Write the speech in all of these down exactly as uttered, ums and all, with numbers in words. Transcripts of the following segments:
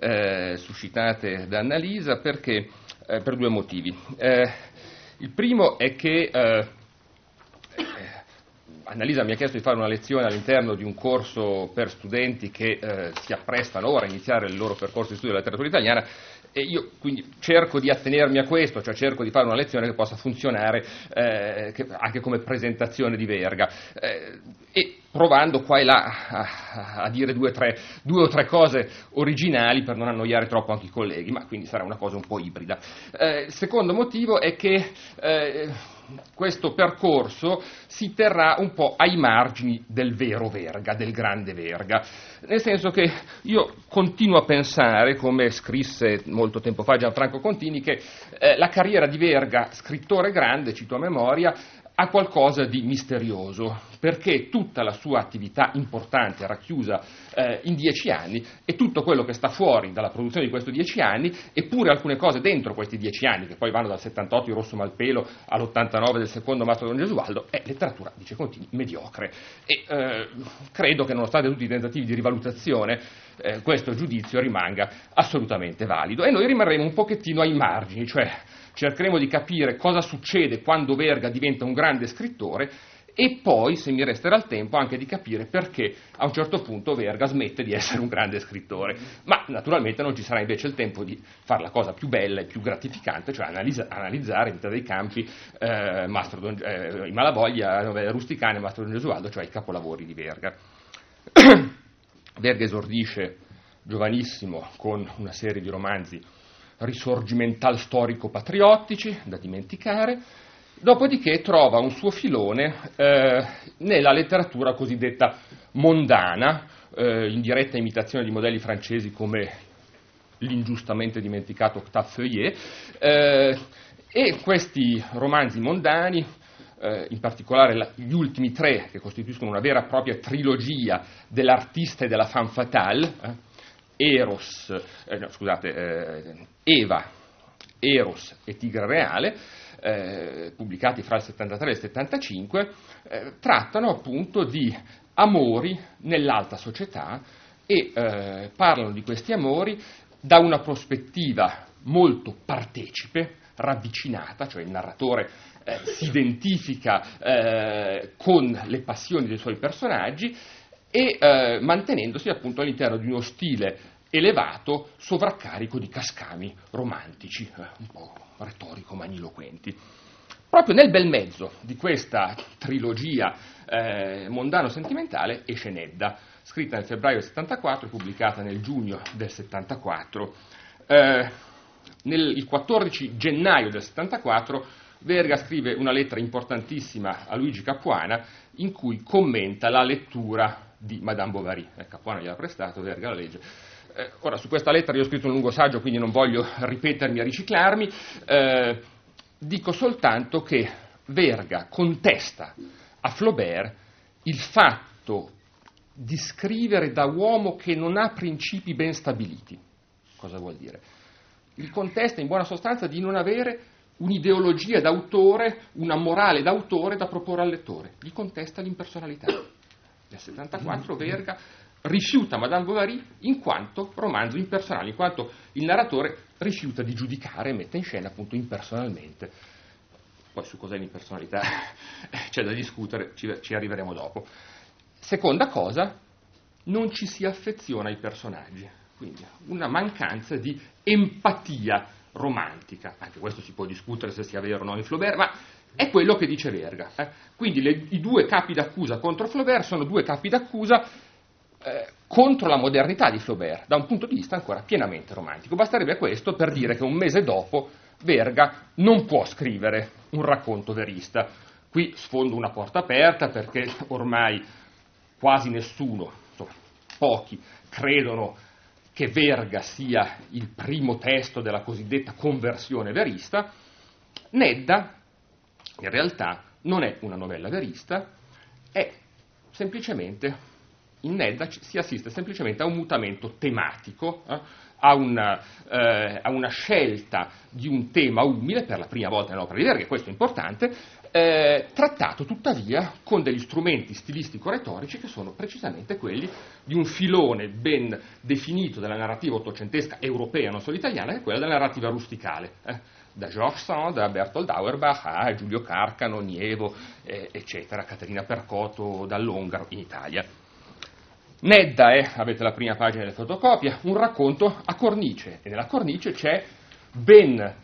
eh, suscitate da Annalisa, perché, eh, per due motivi. Eh, il primo è che eh, Annalisa mi ha chiesto di fare una lezione all'interno di un corso per studenti che eh, si apprestano ora a iniziare il loro percorso di studio della letteratura italiana, e io quindi cerco di attenermi a questo, cioè cerco di fare una lezione che possa funzionare eh, che, anche come presentazione di Verga, eh, e provando qua e là a, a dire due, tre, due o tre cose originali per non annoiare troppo anche i colleghi, ma quindi sarà una cosa un po' ibrida. Eh, il secondo motivo è che eh, questo percorso si terrà un po' ai margini del vero Verga, del grande Verga, nel senso che io continuo a pensare, come scrisse molto tempo fa Gianfranco Contini, che eh, la carriera di Verga, scrittore grande, cito a memoria, ha qualcosa di misterioso, perché tutta la sua attività importante è racchiusa eh, in dieci anni, e tutto quello che sta fuori dalla produzione di questi dieci anni, eppure alcune cose dentro questi dieci anni, che poi vanno dal settantotto di Rosso Malpelo all'ottantanove del secondo Mastro Don Gesualdo, è letteratura, dice Contini, mediocre. E eh, credo che nonostante tutti i tentativi di rivalutazione, eh, questo giudizio rimanga assolutamente valido. E noi rimarremo un pochettino ai margini, cioè cercheremo di capire cosa succede quando Verga diventa un grande scrittore, e poi, se mi resterà il tempo, anche di capire perché a un certo punto Verga smette di essere un grande scrittore. Ma naturalmente non ci sarà invece il tempo di fare la cosa più bella e più gratificante, cioè analizza, analizzare Vita dei Campi, eh, Mastro Don, eh, I Malavoglia, Novelle rusticane, Mastro Don Gesualdo, cioè i capolavori di Verga. Verga esordisce giovanissimo con una serie di romanzi risorgimental storico-patriottici, da dimenticare, dopodiché trova un suo filone eh, nella letteratura cosiddetta mondana, eh, in diretta imitazione di modelli francesi come l'ingiustamente dimenticato Octave Feuillet, eh, e questi romanzi mondani, eh, in particolare la, gli ultimi tre, che costituiscono una vera e propria trilogia dell'artista e della femme fatale, eh, Eros, eh, no, scusate, eh, Eva, Eros e Tigre Reale, eh, pubblicati fra il settantatré e il settantacinque, eh, trattano appunto di amori nell'alta società e eh, parlano di questi amori da una prospettiva molto partecipe, ravvicinata, cioè il narratore eh, si identifica eh, con le passioni dei suoi personaggi, e eh, mantenendosi appunto all'interno di uno stile elevato, sovraccarico di cascami romantici, eh, un po' retorico, magniloquenti. Proprio nel bel mezzo di questa trilogia eh, mondano-sentimentale esce Nedda, scritta nel febbraio del settantaquattro e pubblicata nel giugno del settantaquattro. Eh, nel, il quattordici gennaio del settantaquattro Verga scrive una lettera importantissima a Luigi Capuana in cui commenta la lettura di Madame Bovary. Eh, Capuana gliel'ha prestato, Verga la legge. Eh, ora, su questa lettera io ho scritto un lungo saggio, quindi non voglio ripetermi e riciclarmi, eh, dico soltanto che Verga contesta a Flaubert il fatto di scrivere da uomo che non ha principi ben stabiliti. Cosa vuol dire? Il contesta in buona sostanza di non avere un'ideologia d'autore, una morale d'autore da proporre al lettore. Gli contesta l'impersonalità. Nel settantaquattro Verga rifiuta Madame Bovary in quanto romanzo impersonale, in quanto il narratore rifiuta di giudicare e mette in scena appunto impersonalmente. Poi su cos'è l'impersonalità c'è da discutere, ci, ci arriveremo dopo. Seconda cosa, non ci si affeziona ai personaggi, quindi una mancanza di empatia romantica. Anche questo si può discutere se sia vero o no in Flaubert, ma è quello che dice Verga. Eh. Quindi le, i due capi d'accusa contro Flaubert sono due capi d'accusa eh, contro la modernità di Flaubert, da un punto di vista ancora pienamente romantico. Basterebbe questo per dire che un mese dopo Verga non può scrivere un racconto verista. Qui sfondo una porta aperta, perché ormai quasi nessuno, insomma, pochi, credono che Verga sia il primo testo della cosiddetta conversione verista. Nedda, in realtà, non è una novella verista, è semplicemente, in Nedda si assiste semplicemente a un mutamento tematico, eh, a una, eh, a una scelta di un tema umile, per la prima volta nell'opera di Verga, e questo è importante, eh, trattato tuttavia con degli strumenti stilistico-retorici che sono precisamente quelli di un filone ben definito della narrativa ottocentesca europea, non solo italiana, che è quella della narrativa rusticale. Eh. Da Georges Sand, da Bertolt Auerbach a Giulio Carcano, Nievo, eh, eccetera, Caterina Percoto, dall'Ongaro in Italia. Nedda è, avete la prima pagina delle fotocopie, un racconto a cornice, e nella cornice c'è ben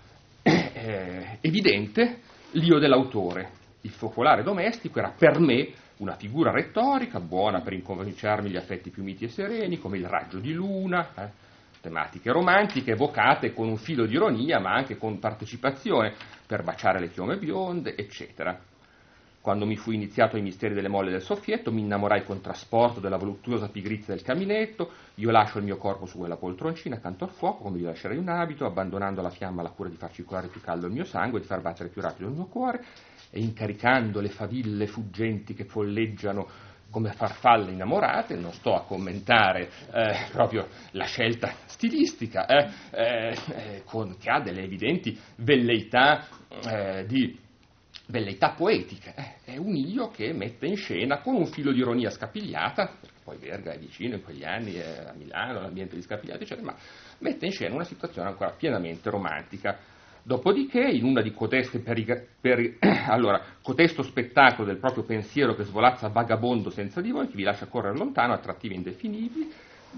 eh, evidente l'io dell'autore. Il focolare domestico era per me una figura retorica buona per incominciarmi gli affetti più miti e sereni, come il raggio di luna, eh, tematiche romantiche evocate con un filo di ironia ma anche con partecipazione per baciare le chiome bionde, eccetera. Quando mi fui iniziato ai misteri delle molle del soffietto, mi innamorai con trasporto della voluttuosa pigrizia del caminetto, io lascio il mio corpo su quella poltroncina accanto al fuoco, come io lascerei un abito, abbandonando alla fiamma la cura di far circolare più caldo il mio sangue, di far battere più rapido il mio cuore, e incaricando le faville fuggenti che folleggiano come farfalle innamorate. Non sto a commentare eh, proprio la scelta stilistica, eh, eh, con, che ha delle evidenti velleità eh, di velleità poetiche. Eh, è un io che mette in scena con un filo di ironia scapigliata, perché poi Verga è vicino in quegli anni, è a Milano, l'ambiente di Scapigliati, eccetera, ma mette in scena una situazione ancora pienamente romantica. Dopodiché, in una di coteste per, per, allora, cotesto spettacolo del proprio pensiero che svolazza vagabondo senza di voi, che vi lascia correre lontano, attrattive indefinibili,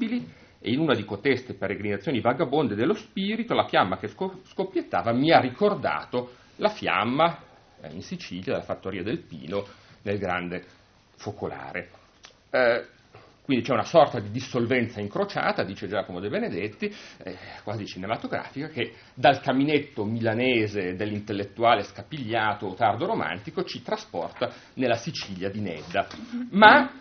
e in una di coteste peregrinazioni vagabonde dello spirito, la fiamma che scoppiettava mi ha ricordato la fiamma eh, in Sicilia, della fattoria del Pino, nel grande focolare. Eh, Quindi c'è una sorta di dissolvenza incrociata, dice Giacomo De Benedetti, eh, quasi cinematografica, che dal caminetto milanese dell'intellettuale scapigliato o tardo romantico ci trasporta nella Sicilia di Nedda. Ma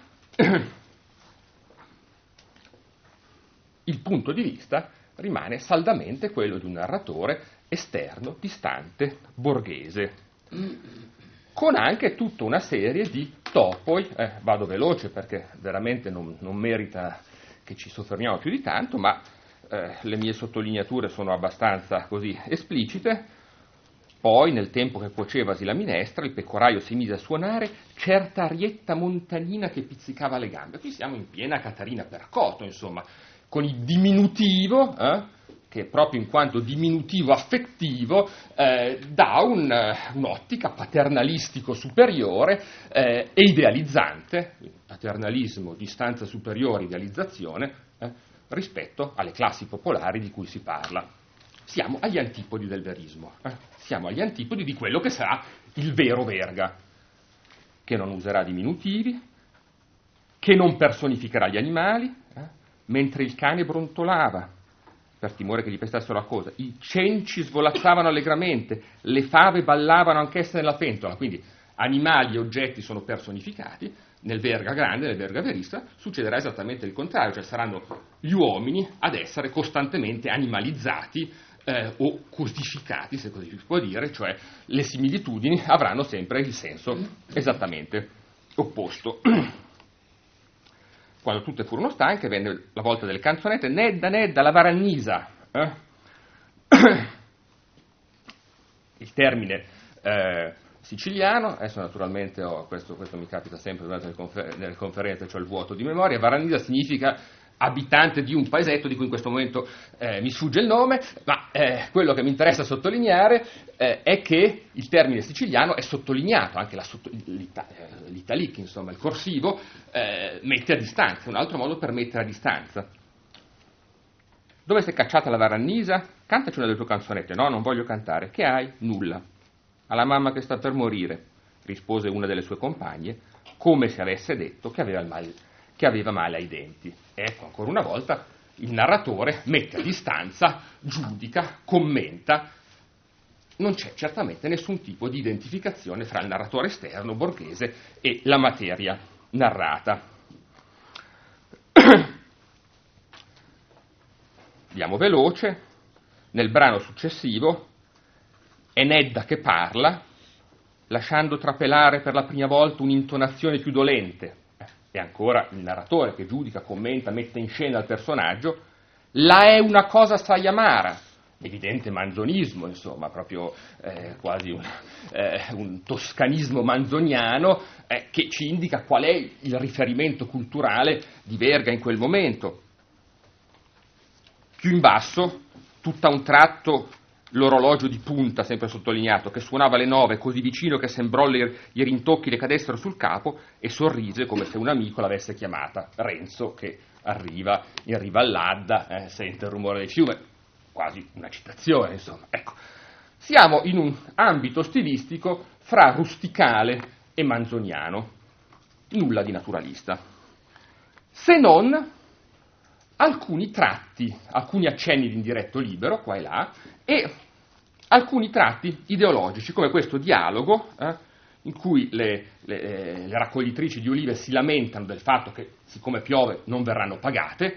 il punto di vista rimane saldamente quello di un narratore esterno, distante, borghese, con anche tutta una serie di topoi, eh, vado veloce perché veramente non, non merita che ci soffermiamo più di tanto, ma eh, le mie sottolineature sono abbastanza così esplicite. Poi, nel tempo che cuocevasi la minestra, il pecoraio si mise a suonare certa arietta montanina che pizzicava le gambe. Qui siamo in piena Caterina Percoto, insomma, con il diminutivo, eh, che proprio in quanto diminutivo affettivo eh, dà un, un'ottica paternalistico superiore eh, e idealizzante, paternalismo, distanza superiore, idealizzazione, eh, rispetto alle classi popolari di cui si parla. Siamo agli antipodi del verismo, eh? Siamo agli antipodi di quello che sarà il vero Verga, che non userà diminutivi, che non personificherà gli animali, eh? Mentre il cane brontolava, per timore che gli pestassero la cosa, i cenci svolazzavano allegramente, le fave ballavano anch'esse nella pentola, quindi animali e oggetti sono personificati. Nel Verga grande, nel Verga verista, succederà esattamente il contrario, cioè saranno gli uomini ad essere costantemente animalizzati eh, o codificati, se così si può dire, cioè le similitudini avranno sempre il senso esattamente opposto. Quando tutte furono stanche, venne la volta delle canzonette, Nedda, Nedda, la Varannisa. Eh? Il termine eh, siciliano, adesso naturalmente oh, questo, questo mi capita sempre durante le, confer- nelle conferenze, cioè il vuoto di memoria. Varannisa significa abitante di un paesetto di cui in questo momento eh, mi sfugge il nome, ma eh, quello che mi interessa sottolineare eh, è che il termine siciliano è sottolineato, anche la sotto- l'ita- l'italic, insomma, il corsivo, eh, mette a distanza, un altro modo per mettere a distanza. Dove sei cacciata la Varannisa? Cantaci una delle tue canzonette. No, non voglio cantare. Che hai? Nulla. Alla mamma che sta per morire, rispose una delle sue compagne, come se avesse detto che aveva il male, che aveva male ai denti. Ecco, ancora una volta, il narratore mette a distanza, giudica, commenta. Non c'è certamente nessun tipo di identificazione fra il narratore esterno borghese e la materia narrata. Andiamo veloce. Nel brano successivo è Nedda che parla, lasciando trapelare per la prima volta un'intonazione più dolente. È ancora il narratore che giudica, commenta, mette in scena il personaggio. La è una cosa assai amara, evidente manzonismo, insomma, proprio eh, quasi un, eh, un toscanismo manzoniano eh, che ci indica qual è il riferimento culturale di Verga in quel momento. Più in basso, tutto a un tratto, l'orologio di punta, sempre sottolineato, che suonava le nove così vicino che sembrò le, i rintocchi le cadessero sul capo, e sorrise come se un amico l'avesse chiamata. Renzo che arriva in riva all'Adda, eh, sente il rumore del fiume, quasi una citazione, insomma. Ecco, siamo in un ambito stilistico fra rusticale e manzoniano, nulla di naturalista, se non alcuni tratti, alcuni accenni di indiretto libero, qua e là, e alcuni tratti ideologici, come questo dialogo, eh, in cui le, le, le raccoglitrici di olive si lamentano del fatto che, siccome piove, non verranno pagate,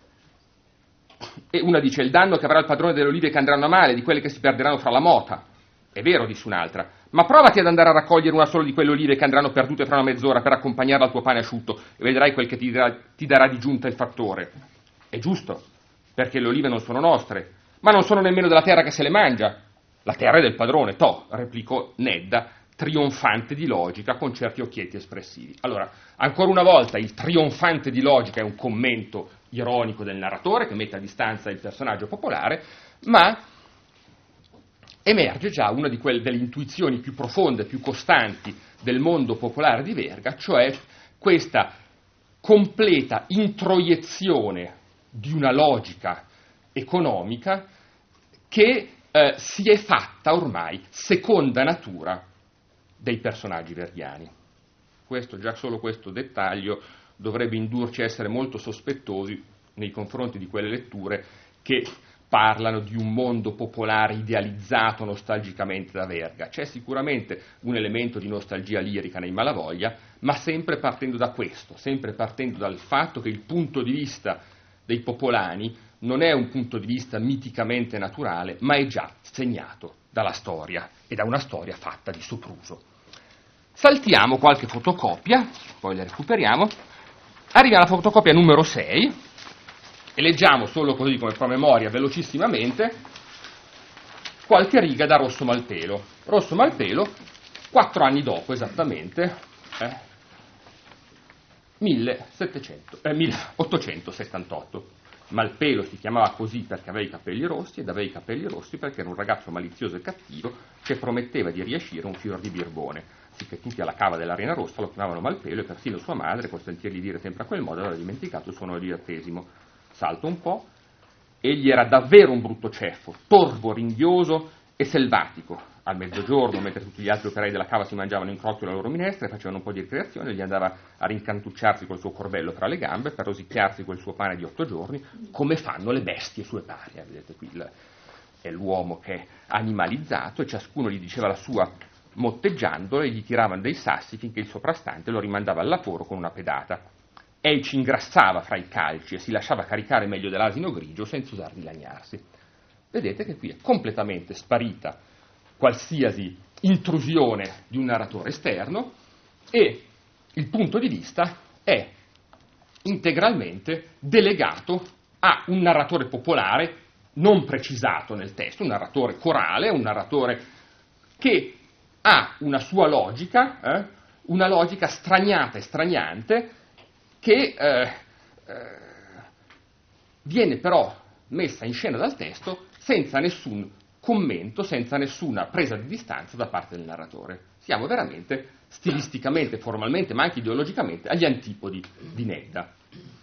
e una dice: il danno che avrà il padrone delle olive che andranno a male, di quelle che si perderanno fra la mota. È vero, disse un'altra, ma provati ad andare a raccogliere una sola di quelle olive che andranno perdute fra una mezz'ora per accompagnarla al tuo pane asciutto, e vedrai quel che ti darà, ti darà di giunta il fattore. È giusto, perché le olive non sono nostre, ma non sono nemmeno della terra che se le mangia. La terra è del padrone, toh, replicò Nedda, trionfante di logica, con certi occhietti espressivi. Allora, ancora una volta, il trionfante di logica è un commento ironico del narratore, che mette a distanza il personaggio popolare, ma emerge già una di quelle delle intuizioni più profonde, più costanti del mondo popolare di Verga, cioè questa completa introiezione di una logica economica che eh, si è fatta ormai seconda natura dei personaggi verghiani. Questo, già solo questo dettaglio dovrebbe indurci a essere molto sospettosi nei confronti di quelle letture che parlano di un mondo popolare idealizzato nostalgicamente da Verga. C'è sicuramente un elemento di nostalgia lirica nei Malavoglia, ma sempre partendo da questo, sempre partendo dal fatto che il punto di vista dei popolani non è un punto di vista miticamente naturale, ma è già segnato dalla storia, e da una storia fatta di sopruso. Saltiamo qualche fotocopia, poi le recuperiamo, arriviamo alla fotocopia numero sei, e leggiamo solo così come promemoria, velocissimamente, qualche riga da Rosso Malpelo. Rosso Malpelo, quattro anni dopo esattamente, eh, millesettecento, eh, milleottocentosettantotto. Malpelo si chiamava così perché aveva i capelli rossi, ed aveva i capelli rossi perché era un ragazzo malizioso e cattivo che prometteva di riescire un fior di birbone, sicché tutti alla cava dell'Arena Rossa lo chiamavano Malpelo, e persino sua madre, col sentirgli dire sempre a quel modo, aveva dimenticato il suo nome di battesimo. Salto un po', egli era davvero un brutto ceffo, torvo, ringhioso e selvatico. Al mezzogiorno, mentre tutti gli altri operai della cava si mangiavano in crocchio la loro minestra e facevano un po' di ricreazione, gli andava a rincantucciarsi col suo corbello fra le gambe per rosicchiarsi quel suo pane di otto giorni, come fanno le bestie sue pari. Eh, vedete qui il, è l'uomo che è animalizzato, e ciascuno gli diceva la sua motteggiandolo, e gli tiravano dei sassi finché il soprastante lo rimandava al lavoro con una pedata. Ei ci ingrassava fra i calci e si lasciava caricare meglio dell'asino grigio senza usar di lagnarsi. Vedete che qui è completamente sparita qualsiasi intrusione di un narratore esterno, e il punto di vista è integralmente delegato a un narratore popolare non precisato nel testo, un narratore corale, un narratore che ha una sua logica, eh, una logica straniata e straniante, che eh, eh, viene però messa in scena dal testo senza nessun commento, senza nessuna presa di distanza da parte del narratore. Siamo veramente stilisticamente, formalmente, ma anche ideologicamente agli antipodi di Nedda.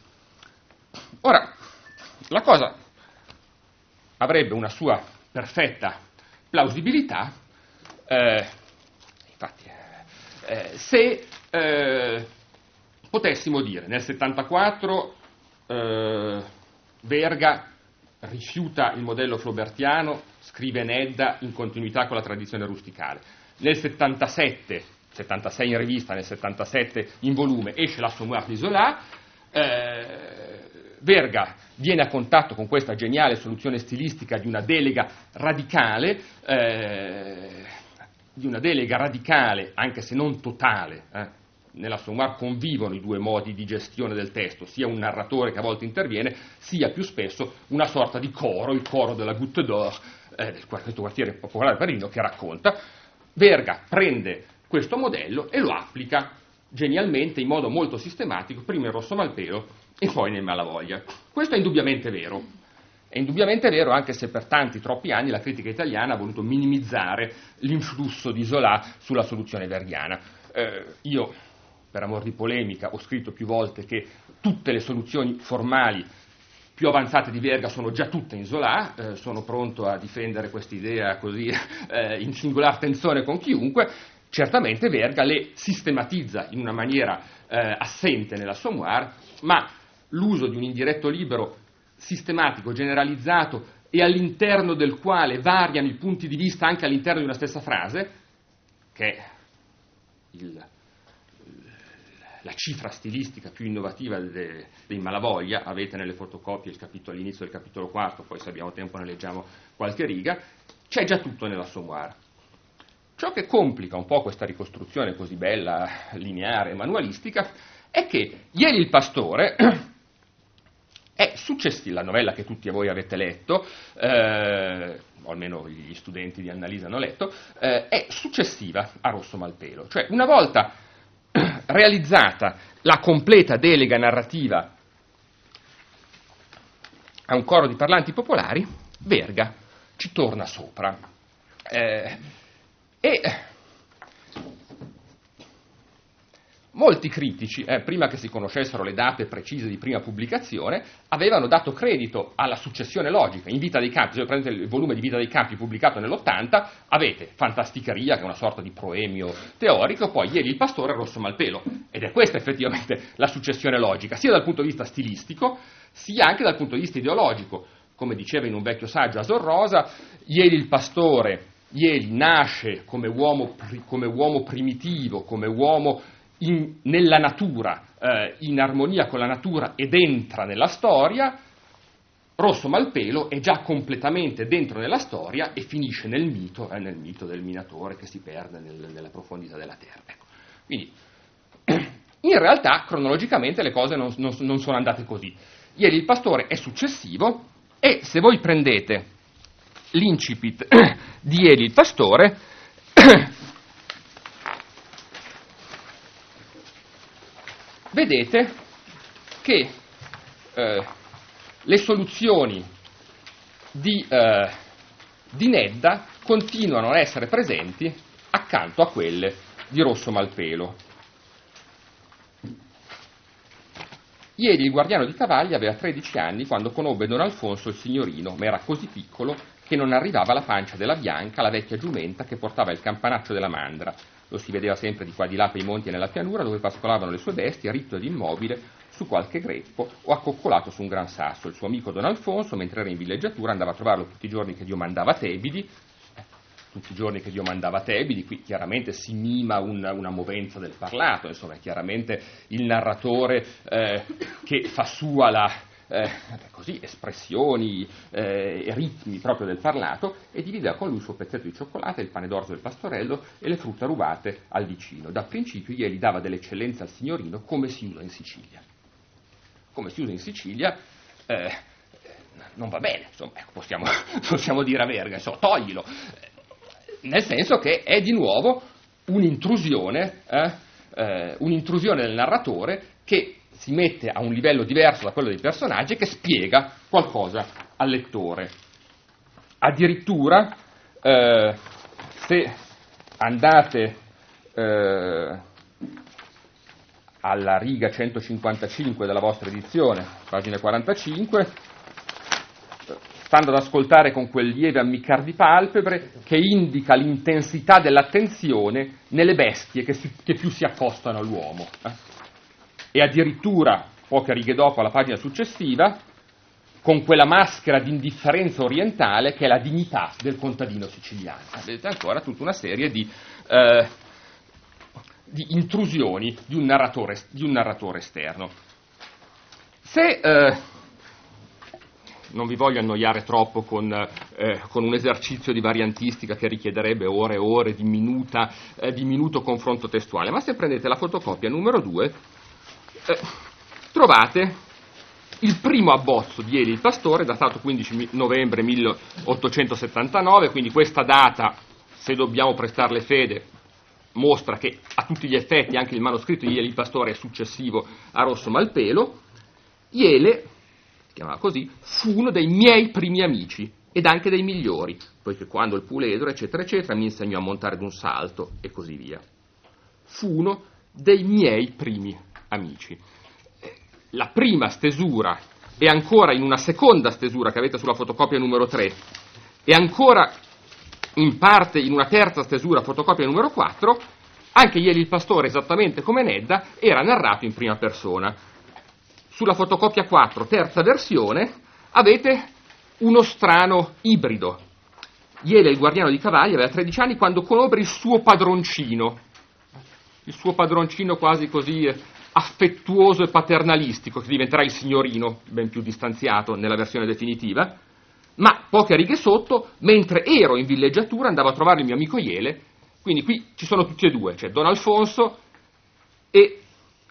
Ora, la cosa avrebbe una sua perfetta plausibilità, eh, infatti, eh, se eh, potessimo dire nel settantaquattro eh, Verga rifiuta il modello flaubertiano, scrive Nedda in continuità con la tradizione rusticale. Nel settantasette, settantasei in rivista, nel settantasette in volume, esce l'Assommoir di Zola. eh, Verga viene a contatto con questa geniale soluzione stilistica di una delega radicale, eh, di una delega radicale, anche se non totale, eh, nell'assommoir convivono i due modi di gestione del testo, sia un narratore che a volte interviene, sia più spesso una sorta di coro, il coro della Goutte d'Or, eh, del questo quartiere popolare parigino, che racconta. Verga prende questo modello e lo applica genialmente, in modo molto sistematico, prima in Rosso Malpelo e poi nel Malavoglia. Questo è indubbiamente vero. È indubbiamente vero, anche se per tanti, troppi anni, la critica italiana ha voluto minimizzare l'influsso di Zola sulla soluzione verghiana. Eh, io, per amor di polemica, ho scritto più volte che tutte le soluzioni formali più avanzate di Verga sono già tutte in Zola, eh, sono pronto a difendere quest'idea così eh, in singolar tensione con chiunque. Certamente Verga le sistematizza in una maniera eh, assente nell'assommoir, ma l'uso di un indiretto libero sistematico, generalizzato e all'interno del quale variano i punti di vista anche all'interno di una stessa frase, che è il, la cifra stilistica più innovativa de, dei Malavoglia. Avete nelle fotocopie il capitolo, all'inizio del capitolo quarto, poi se abbiamo tempo ne leggiamo qualche riga, c'è già tutto nell'assommoir. Ciò che complica un po' questa ricostruzione così bella, lineare, manualistica, è che Ieli il Pastore è successiva, la novella che tutti voi avete letto, eh, o almeno gli studenti di Annalisa hanno letto, eh, è successiva a Rosso Malpelo. Cioè, una volta realizzata la completa delega narrativa a un coro di parlanti popolari, Verga ci torna sopra. Eh, e molti critici, eh, prima che si conoscessero le date precise di prima pubblicazione, avevano dato credito alla successione logica. In Vita dei Campi, se prendete il volume di Vita dei Campi pubblicato nell'ottanta, avete Fantasticheria, che è una sorta di proemio teorico, poi Ieli il Pastore e Rosso Malpelo. Ed è questa effettivamente la successione logica, sia dal punto di vista stilistico, sia anche dal punto di vista ideologico. Come diceva in un vecchio saggio Asor Rosa, Ieli il Pastore, Ieli nasce come uomo, come uomo primitivo, come uomo In, nella natura, eh, in armonia con la natura, ed entra nella storia. Rosso Malpelo è già completamente dentro nella storia e finisce nel mito, eh, nel mito del minatore che si perde nel, nella profondità della terra. Ecco. Quindi, in realtà, cronologicamente le cose non, non, non sono andate così. Ieri il Pastore è successivo, e se voi prendete l'incipit di Ieri il Pastore, vedete che eh, le soluzioni di, eh, di Nedda continuano a essere presenti accanto a quelle di Rosso Malpelo. Ieri il guardiano di cavalli aveva tredici anni quando conobbe Don Alfonso il signorino, ma era così piccolo che non arrivava alla pancia della Bianca, la vecchia giumenta che portava il campanaccio della mandra. Lo si vedeva sempre di qua di là per i monti e nella pianura, dove pascolavano le sue bestie, ritto ed immobile, su qualche greppo o accoccolato su un gran sasso. Il suo amico Don Alfonso, mentre era in villeggiatura, andava a trovarlo tutti i giorni che Dio mandava a Tebidi, eh, tutti i giorni che Dio mandava a Tebidi. Qui chiaramente si mima una, una movenza del parlato, insomma, è chiaramente il narratore eh, che fa sua la... Eh, così, espressioni eh, e ritmi proprio del parlato, e divideva con lui il suo pezzetto di cioccolata, il pane d'orzo del pastorello e le frutta rubate al vicino. Da principio glieli dava dell'eccellenza al signorino, come si usa in Sicilia. Come si usa in Sicilia eh, non va bene, insomma, ecco, possiamo, possiamo dire a Verga, insomma, toglilo, nel senso che è di nuovo un'intrusione, eh, eh, un'intrusione del narratore che si mette a un livello diverso da quello dei personaggi e che spiega qualcosa al lettore. Addirittura, eh, se andate eh, alla riga centocinquantacinque della vostra edizione, pagina quarantacinque, stando ad ascoltare con quel lieve ammiccar di palpebre che indica l'intensità dell'attenzione nelle bestie che, si, che più si accostano all'uomo. Eh? E addirittura, poche righe dopo, alla pagina successiva, con quella maschera di indifferenza orientale che è la dignità del contadino siciliano. Vedete ancora tutta una serie di, eh, di intrusioni di un narratore, di un narratore esterno. Se eh, non vi voglio annoiare troppo con, eh, con un esercizio di variantistica che richiederebbe ore e ore di, minuta, eh, di minuto confronto testuale, ma se prendete la fotocopia numero due, eh, trovate il primo abbozzo di Eli il Pastore, datato quindici novembre milleottocentosettantanove, quindi questa data, se dobbiamo prestarle fede, mostra che a tutti gli effetti anche il manoscritto di Eli il Pastore è successivo a Rosso Malpelo. Iele, si chiamava così, fu uno dei miei primi amici ed anche dei migliori, poiché quando il puledro, eccetera, eccetera, mi insegnò a montare d'un salto e così via. Fu uno dei miei primi amici. La prima stesura è ancora in una seconda stesura che avete sulla fotocopia numero tre e ancora in parte in una terza stesura, fotocopia numero quattro, anche Ieli il Pastore, esattamente come Nedda, era narrato in prima persona. Sulla fotocopia quattro, terza versione, avete uno strano ibrido. Iele, il guardiano di cavalli, aveva tredici anni quando conobbe il suo padroncino, il suo padroncino quasi così affettuoso e paternalistico, che diventerà il signorino, ben più distanziato nella versione definitiva, ma poche righe sotto, mentre ero in villeggiatura andavo a trovare il mio amico Iele, quindi qui ci sono tutti e due, cioè Don Alfonso e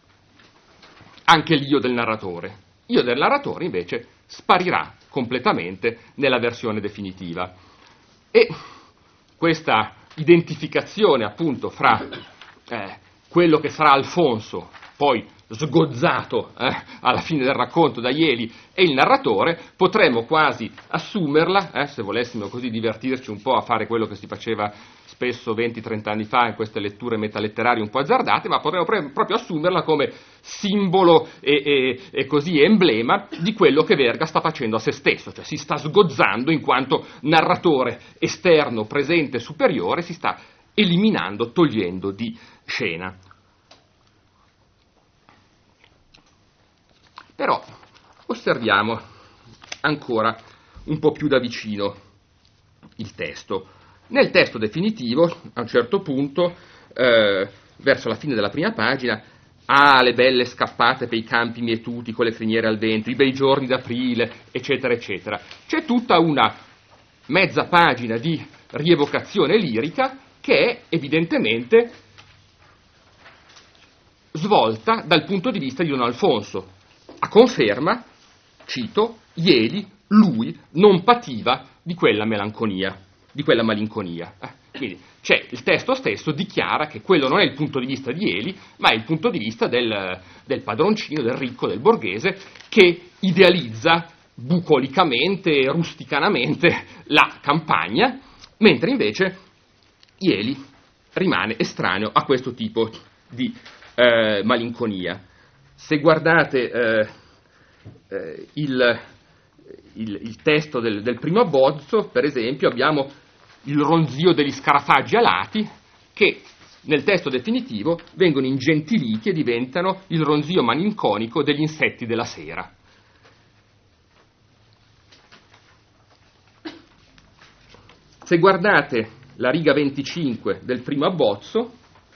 anche l'io del narratore. Io del narratore invece sparirà completamente nella versione definitiva. E questa identificazione appunto fra eh, quello che sarà Alfonso, poi sgozzato eh, alla fine del racconto da Ieli, e il narratore, potremmo quasi assumerla, eh, se volessimo così divertirci un po' a fare quello che si faceva spesso venti trenta anni fa in queste letture metaletterarie un po' azzardate, ma potremmo pre- proprio assumerla come simbolo e, e, e così emblema di quello che Verga sta facendo a se stesso, cioè si sta sgozzando in quanto narratore esterno, presente, superiore, si sta eliminando, togliendo di scena. Però osserviamo ancora un po' più da vicino il testo. Nel testo definitivo, a un certo punto, eh, verso la fine della prima pagina, ah, le belle scappate per i campi mietuti con le criniere al vento, i bei giorni d'aprile, eccetera, eccetera. C'è tutta una mezza pagina di rievocazione lirica che è evidentemente svolta dal punto di vista di Don Alfonso. A conferma, cito, Ieli, lui non pativa di quella melanconia, di quella malinconia. Eh, quindi c'è il testo stesso dichiara che quello non è il punto di vista di Ieli, ma è il punto di vista del, del padroncino, del ricco, del borghese, che idealizza bucolicamente, rusticanamente la campagna, mentre invece Ieli rimane estraneo a questo tipo di eh, malinconia. Se guardate eh, eh, il, il, il testo del, del primo abbozzo, per esempio, abbiamo il ronzio degli scarafaggi alati, che nel testo definitivo vengono ingentiliti e diventano il ronzio malinconico degli insetti della sera. Se guardate la riga venticinque del primo abbozzo,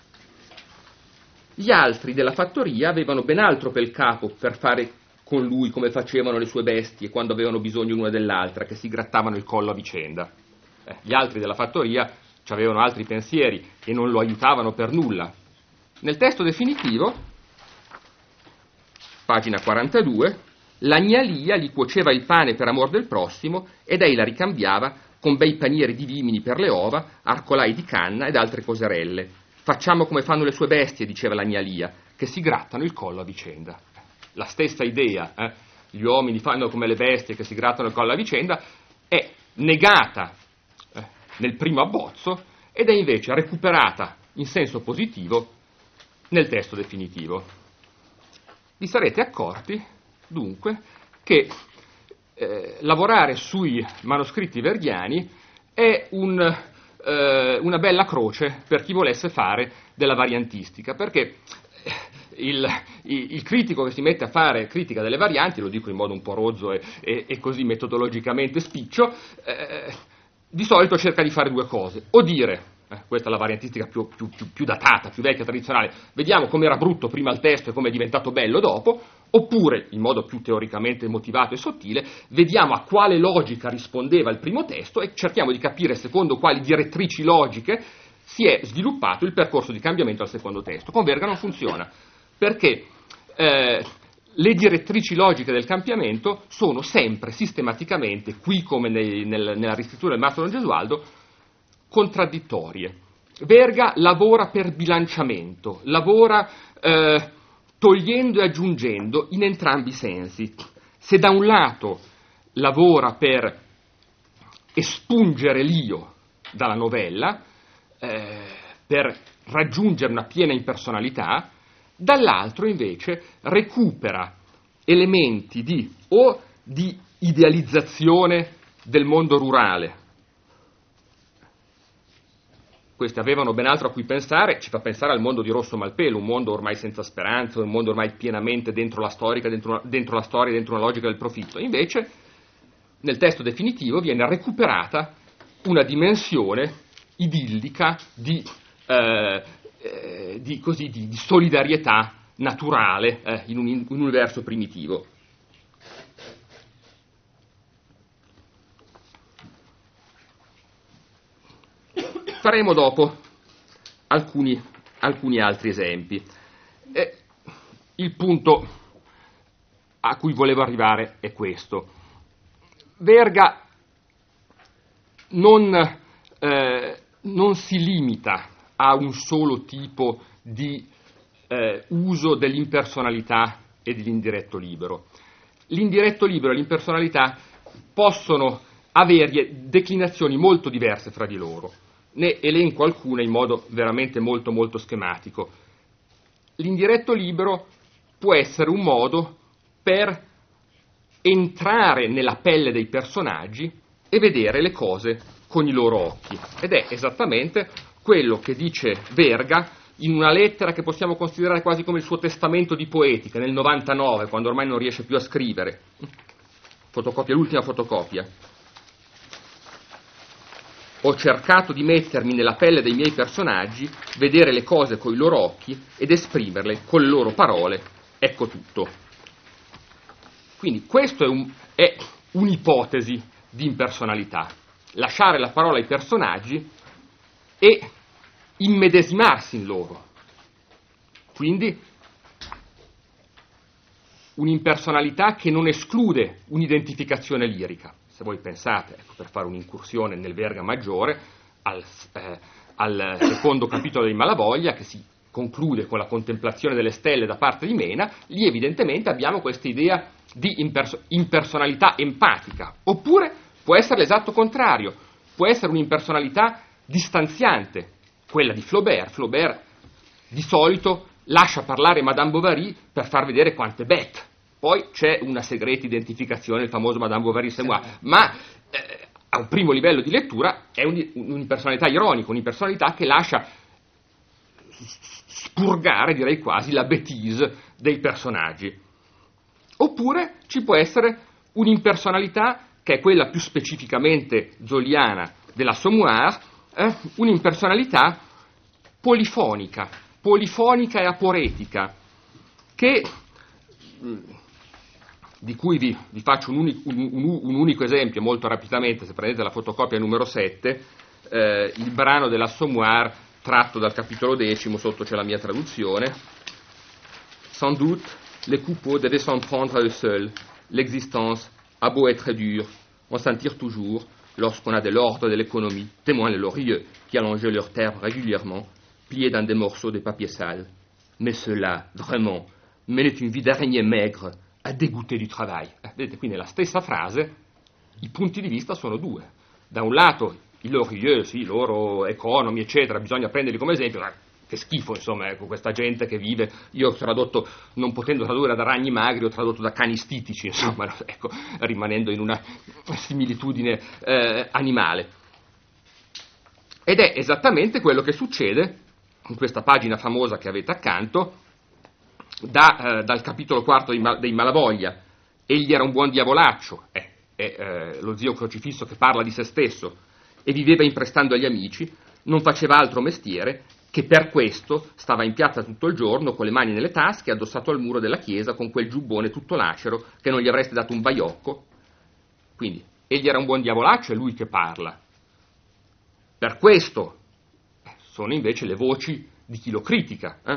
gli altri della fattoria avevano ben altro pel capo per fare con lui come facevano le sue bestie quando avevano bisogno l'una dell'altra, che si grattavano il collo a vicenda. Eh, gli altri della fattoria avevano altri pensieri e non lo aiutavano per nulla. Nel testo definitivo, pagina quarantadue, la gnalìa gli cuoceva il pane per amor del prossimo ed ei la ricambiava con bei panieri di vimini per le ova, arcolai di canna ed altre coserelle. Facciamo come fanno le sue bestie, diceva la gnalìa, che si grattano il collo a vicenda. La stessa idea, eh? Gli uomini fanno come le bestie che si grattano il collo a vicenda, è negata eh, nel primo abbozzo ed è invece recuperata in senso positivo nel testo definitivo. Vi sarete accorti, dunque, che eh, lavorare sui manoscritti verghiani è un... una bella croce per chi volesse fare della variantistica, perché il, il, il critico che si mette a fare critica delle varianti, lo dico in modo un po' rozzo e, e, e così metodologicamente spiccio, eh, di solito cerca di fare due cose: o dire, eh, questa è la variantistica più, più, più, più datata, più vecchia, tradizionale, vediamo com'era brutto prima il testo e come è diventato bello dopo, Oppure, in modo più teoricamente motivato e sottile, vediamo a quale logica rispondeva il primo testo e cerchiamo di capire secondo quali direttrici logiche si è sviluppato il percorso di cambiamento al secondo testo. Con Verga non funziona, perché eh, le direttrici logiche del cambiamento sono sempre sistematicamente, qui come nei, nel, nella riscrittura del Mastro Don Gesualdo, contraddittorie. Verga lavora per bilanciamento, lavora eh, togliendo e aggiungendo in entrambi i sensi. Se da un lato lavora per espungere l'io dalla novella, eh, per raggiungere una piena impersonalità, dall'altro invece recupera elementi di o di idealizzazione del mondo rurale. Questi avevano ben altro a cui pensare, ci fa pensare al mondo di Rosso Malpelo, un mondo ormai senza speranza, un mondo ormai pienamente dentro la, storica, dentro, una, dentro la storia, dentro una logica del profitto. Invece, nel testo definitivo viene recuperata una dimensione idillica di, eh, eh, di, così, di, di solidarietà naturale eh, in, un, in un universo primitivo. Faremo dopo alcuni, alcuni altri esempi. Eh, il punto a cui volevo arrivare è questo. Verga non, eh, non si limita a un solo tipo di eh, uso dell'impersonalità e dell'indiretto libero. L'indiretto libero e l'impersonalità possono avere declinazioni molto diverse fra di loro. Ne elenco alcune in modo veramente molto molto schematico. L'indiretto libero può essere un modo per entrare nella pelle dei personaggi e vedere le cose con i loro occhi. Ed è esattamente quello che dice Verga in una lettera che possiamo considerare quasi come il suo testamento di poetica, nel novantanove, quando ormai non riesce più a scrivere. Fotocopia, l'ultima fotocopia. Ho cercato di mettermi nella pelle dei miei personaggi, vedere le cose coi loro occhi ed esprimerle con le loro parole. Ecco tutto. Quindi questo è, un, è un'ipotesi di impersonalità. Lasciare la parola ai personaggi e immedesimarsi in loro. Quindi un'impersonalità che non esclude un'identificazione lirica. Se voi pensate, ecco, per fare un'incursione nel Verga maggiore, al, eh, al secondo capitolo di Malavoglia, che si conclude con la contemplazione delle stelle da parte di Mena, lì evidentemente abbiamo questa idea di imperso- impersonalità empatica. Oppure può essere l'esatto contrario, può essere un'impersonalità distanziante, quella di Flaubert. Flaubert di solito lascia parlare Madame Bovary per far vedere quanto è bête. Poi c'è una segreta identificazione, il famoso Madame Bovary c'est moi, ma eh, a un primo livello di lettura è un, un'impersonalità ironica, un'impersonalità che lascia spurgare, direi quasi, la bêtise dei personaggi. Oppure ci può essere un'impersonalità che è quella più specificamente zoliana dell'Assommoir, eh, un'impersonalità polifonica, polifonica e aporetica, che... di cui vi, vi faccio un unico, un, un, un unico esempio molto rapidamente. Se prendete la fotocopia numero sette, eh, il brano dell'Assommoir tratto dal capitolo decimo, sotto c'è la mia traduzione. Sans doute, les coupeaux devaient s'en prendre à eux seuls. L'existence a beau être dure, en sentir toujours, lorsqu'on a de l'ordre de l'économie, témoin les laurieux qui allongeaient leurs terres régulièrement, pliés dans des morceaux de papier sale. Mais ceux-là, vraiment, menaient une vie d'araignée maigre, a dégoûter du travail. Eh, vedete, qui nella stessa frase i punti di vista sono due. Da un lato i Lorieux, sì, i loro economi, eccetera, bisogna prenderli come esempio, ma che schifo, insomma, ecco, questa gente che vive, io ho tradotto, non potendo tradurre da ragni magri, ho tradotto da cani stitici, insomma, ecco, rimanendo in una similitudine eh, animale. Ed è esattamente quello che succede in questa pagina famosa che avete accanto, Da, eh, dal capitolo quarto dei, Mal- dei Malavoglia. Egli era un buon diavolaccio, è, è eh, lo zio crocifisso che parla di se stesso, e viveva imprestando agli amici, non faceva altro mestiere che per questo stava in piazza tutto il giorno con le mani nelle tasche, addossato al muro della chiesa con quel giubbone tutto lacero che non gli avreste dato un baiocco. Quindi egli era un buon diavolaccio, è lui che parla. Per questo sono invece le voci di chi lo critica. Eh?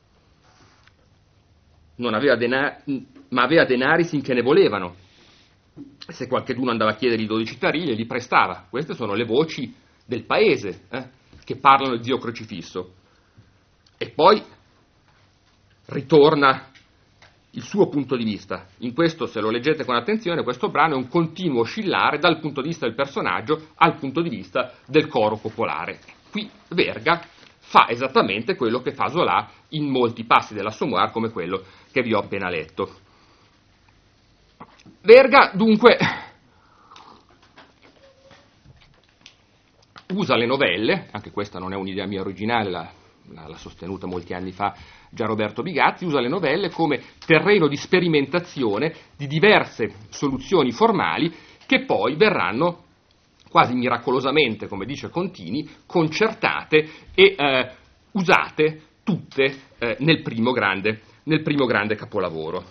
Non aveva denari, ma aveva denari finché ne volevano. Se qualcheduno andava a chiedergli dodici tarì, li prestava. Queste sono le voci del paese, eh? che parlano di Dio crocifisso. E poi ritorna il suo punto di vista. In questo, se lo leggete con attenzione, questo brano è un continuo oscillare dal punto di vista del personaggio al punto di vista del coro popolare. Qui Verga fa esattamente quello che fa Zola in molti passi dell'Assommoir, come quello che vi ho appena letto. Verga, dunque, usa le novelle, anche questa non è un'idea mia originale, la, la, l'ha sostenuta molti anni fa già Roberto Bigazzi, usa le novelle come terreno di sperimentazione di diverse soluzioni formali che poi verranno quasi miracolosamente, come dice Contini, concertate e eh, usate tutte eh, nel, primo grande, nel primo grande capolavoro.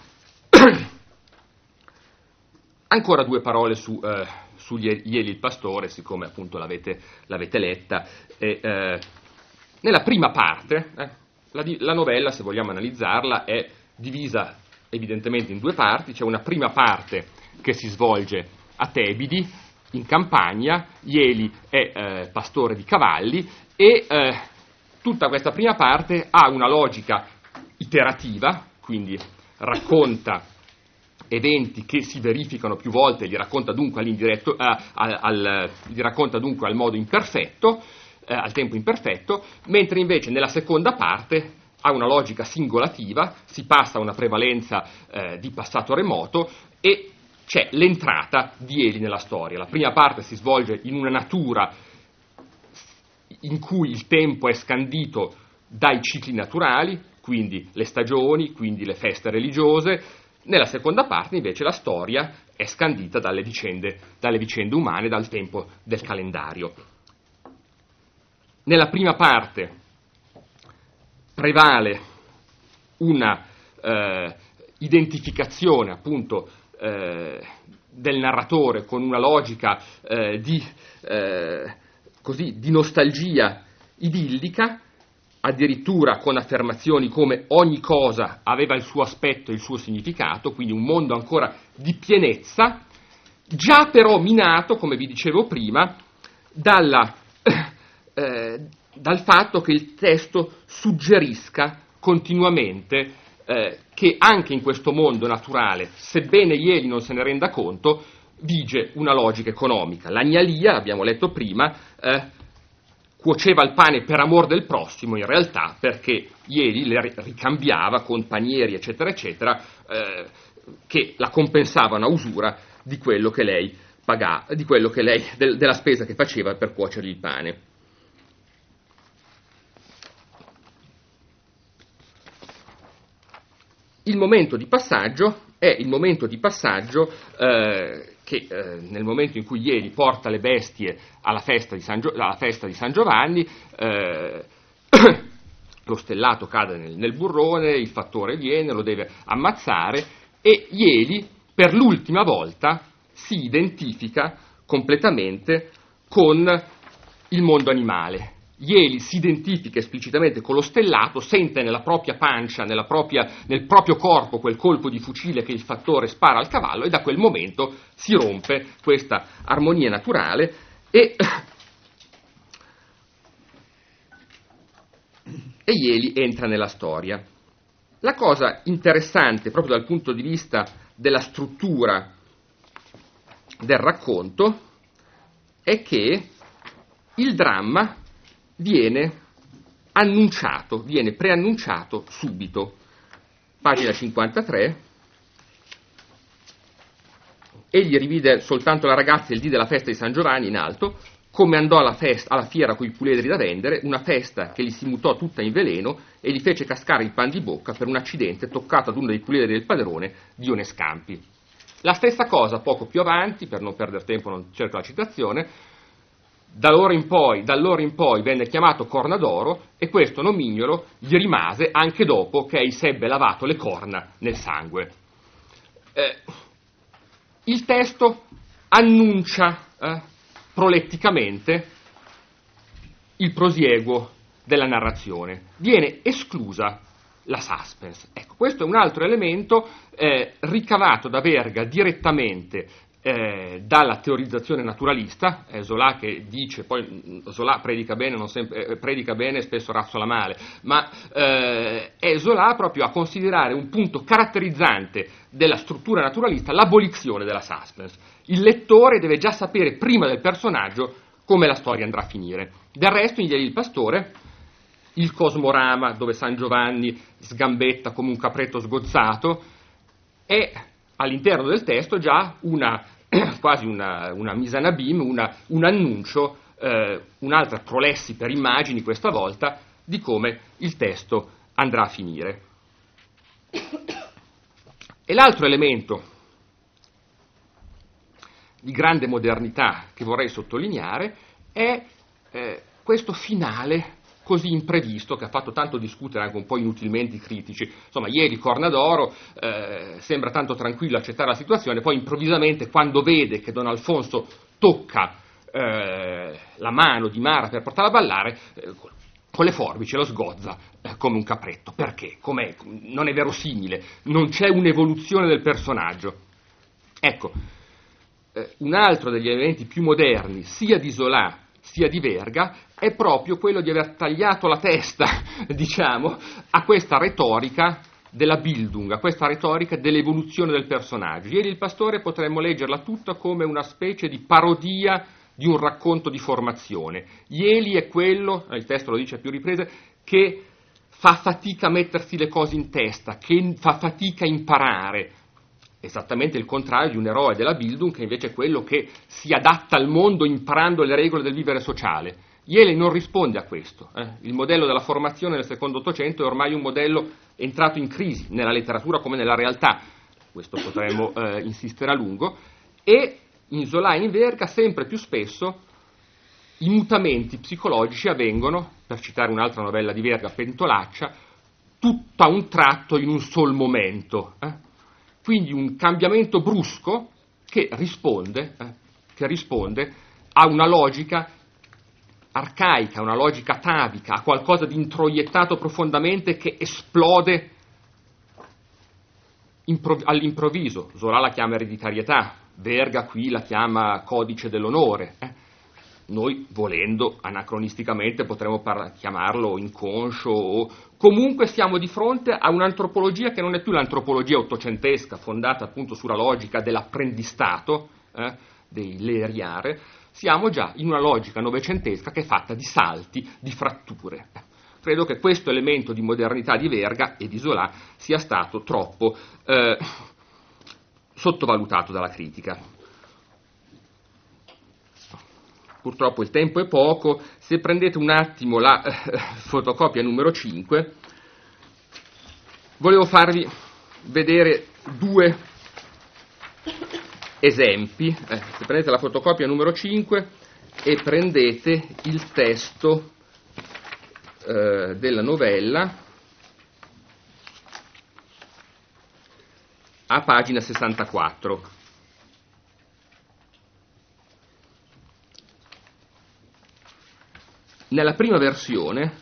Ancora due parole su, eh, su Ieli il pastore, siccome appunto l'avete, l'avete letta. E, eh, nella prima parte, eh, la, la novella, se vogliamo analizzarla, è divisa evidentemente in due parti. C'è una prima parte che si svolge a Tebidi, in campagna. Ieli è eh, pastore di cavalli e eh, tutta questa prima parte ha una logica iterativa, quindi racconta eventi che si verificano più volte, li racconta dunque all'indiretto, eh, al, al, li racconta dunque al modo imperfetto, eh, al tempo imperfetto, mentre invece nella seconda parte ha una logica singolativa, si passa a una prevalenza eh, di passato remoto e c'è l'entrata di Eli nella storia. La prima parte si svolge in una natura in cui il tempo è scandito dai cicli naturali, quindi le stagioni, quindi le feste religiose. Nella seconda parte invece la storia è scandita dalle vicende, dalle vicende umane, dal tempo del calendario. Nella prima parte prevale una eh, identificazione appunto eh, del narratore con una logica eh, di, eh, così, di nostalgia idillica, addirittura con affermazioni come ogni cosa aveva il suo aspetto e il suo significato, quindi un mondo ancora di pienezza, già però minato, come vi dicevo prima, dalla, eh, dal fatto che il testo suggerisca continuamente eh, che anche in questo mondo naturale, sebbene Ieli non se ne renda conto, vige una logica economica. L'agnalia, abbiamo letto prima, eh, cuoceva il pane per amor del prossimo, in realtà perché Ieli le ricambiava con panieri, eccetera, eccetera, eh, che la compensavano a usura di quello che lei pagava, di quello che lei, del, della spesa che faceva per cuocergli il pane. Il momento di passaggio è il momento di passaggio eh, che eh, nel momento in cui Ieli porta le bestie alla festa di San, Gio- alla festa di San Giovanni, eh, lo stellato cade nel, nel burrone, il fattore viene, lo deve ammazzare e Ieli per l'ultima volta si identifica completamente con il mondo animale. Ieli si identifica esplicitamente con lo stellato, sente nella propria pancia, nella propria, nel proprio corpo quel colpo di fucile che il fattore spara al cavallo e da quel momento si rompe questa armonia naturale e, e Ieli entra nella storia. La cosa interessante proprio dal punto di vista della struttura del racconto è che il dramma viene annunciato, viene preannunciato subito. Pagina cinquantatré. Egli rivide soltanto la ragazza il dì della festa di San Giovanni in alto, come andò alla, festa, alla fiera coi puledri da vendere, una festa che gli si mutò tutta in veleno e gli fece cascare il pan di bocca per un accidente toccato ad uno dei puledri del padrone, Dione Scampi. La stessa cosa poco più avanti, per non perdere tempo non cerco la citazione, d'allora in poi, d'allora in poi venne chiamato Corna d'Oro, e questo nomignolo gli rimase anche dopo che ei sebbe lavato le corna nel sangue. Eh, il testo annuncia eh, proletticamente il prosieguo della narrazione, viene esclusa la suspense. Ecco, questo è un altro elemento eh, ricavato da Verga direttamente eh, dalla teorizzazione naturalista. eh, Zola che dice, poi Zola predica bene, non sempre, eh, predica bene e spesso razzola male, ma eh, è Zola proprio a considerare un punto caratterizzante della struttura naturalista l'abolizione della suspense. Il lettore deve già sapere prima del personaggio come la storia andrà a finire. Del resto in Ieri il Pastore, il cosmorama dove San Giovanni sgambetta come un capretto sgozzato è all'interno del testo già una, quasi una, una mise en abîme, una, un annuncio, eh, un'altra prolessi per immagini questa volta di come il testo andrà a finire. E l'altro elemento di grande modernità che vorrei sottolineare è eh, questo finale così imprevisto, che ha fatto tanto discutere anche un po' inutilmente i critici. Insomma, ieri Corna d'Oro eh, sembra tanto tranquillo accettare la situazione, poi improvvisamente quando vede che Don Alfonso tocca eh, la mano di Mara per portarla a ballare, eh, con le forbici lo sgozza eh, come un capretto. Perché? Com'è? Non è verosimile, non c'è un'evoluzione del personaggio. Ecco, eh, un altro degli elementi più moderni, sia di Zola sia di Verga, è proprio quello di aver tagliato la testa, diciamo, a questa retorica della Bildung, a questa retorica dell'evoluzione del personaggio. Ieri il Pastore potremmo leggerla tutta come una specie di parodia di un racconto di formazione. Ieli è quello, il testo lo dice a più riprese, che fa fatica a mettersi le cose in testa, che fa fatica a imparare. Esattamente il contrario di un eroe della Bildung, che invece è quello che si adatta al mondo imparando le regole del vivere sociale. Ieli non risponde a questo. Eh. Il modello della formazione nel secondo Ottocento è ormai un modello entrato in crisi, nella letteratura come nella realtà. Questo potremmo eh, insistere a lungo. E in Zola e in Verga sempre più spesso i mutamenti psicologici avvengono, per citare un'altra novella di Verga, Pentolaccia, tutto a un tratto in un sol momento. Eh. Quindi un cambiamento brusco che risponde, eh, che risponde a una logica arcaica, una logica atavica, a qualcosa di introiettato profondamente che esplode impro- all'improvviso. Zola la chiama ereditarietà, Verga qui la chiama codice dell'onore. Eh. Noi, volendo, anacronisticamente potremmo par- chiamarlo inconscio, o comunque siamo di fronte a un'antropologia che non è più l'antropologia ottocentesca, fondata appunto sulla logica dell'apprendistato, eh, dei leriare. Siamo già in una logica novecentesca che è fatta di salti, di fratture. Credo che questo elemento di modernità di Verga e di Zola sia stato troppo eh, sottovalutato dalla critica. Purtroppo il tempo è poco. Se prendete un attimo la eh, fotocopia numero cinque, volevo farvi vedere due esempi. Eh, se prendete la fotocopia numero cinque e prendete il testo eh, della novella a pagina sessantaquattro. Nella prima versione,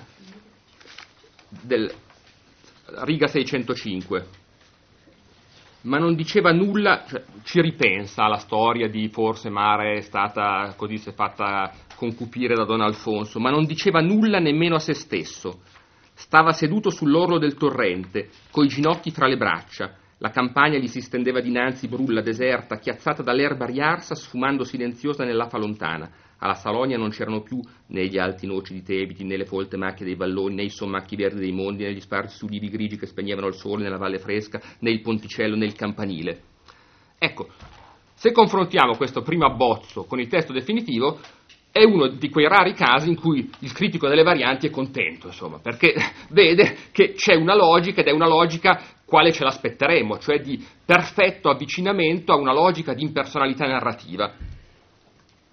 del riga seicentocinque, ma non diceva nulla, cioè, ci ripensa alla storia di forse Mara è stata così, si è fatta concupire da Don Alfonso, ma non diceva nulla nemmeno a se stesso. Stava seduto sull'orlo del torrente, coi ginocchi fra le braccia. La campagna gli si stendeva dinanzi, brulla, deserta, chiazzata dall'erba riarsa, sfumando silenziosa nell'afa lontana. Alla Salonia non c'erano più né gli alti noci di Tebiti, né le folte macchie dei valloni, né i sommacchi verdi dei mondi, né gli sparsi ulivi grigi che spegnevano il sole nella valle fresca, né il ponticello, né il campanile. Ecco, se confrontiamo questo primo abbozzo con il testo definitivo, è uno di quei rari casi in cui il critico delle varianti è contento, insomma, perché vede che c'è una logica, ed è una logica quale ce l'aspetteremo, cioè di perfetto avvicinamento a una logica di impersonalità narrativa.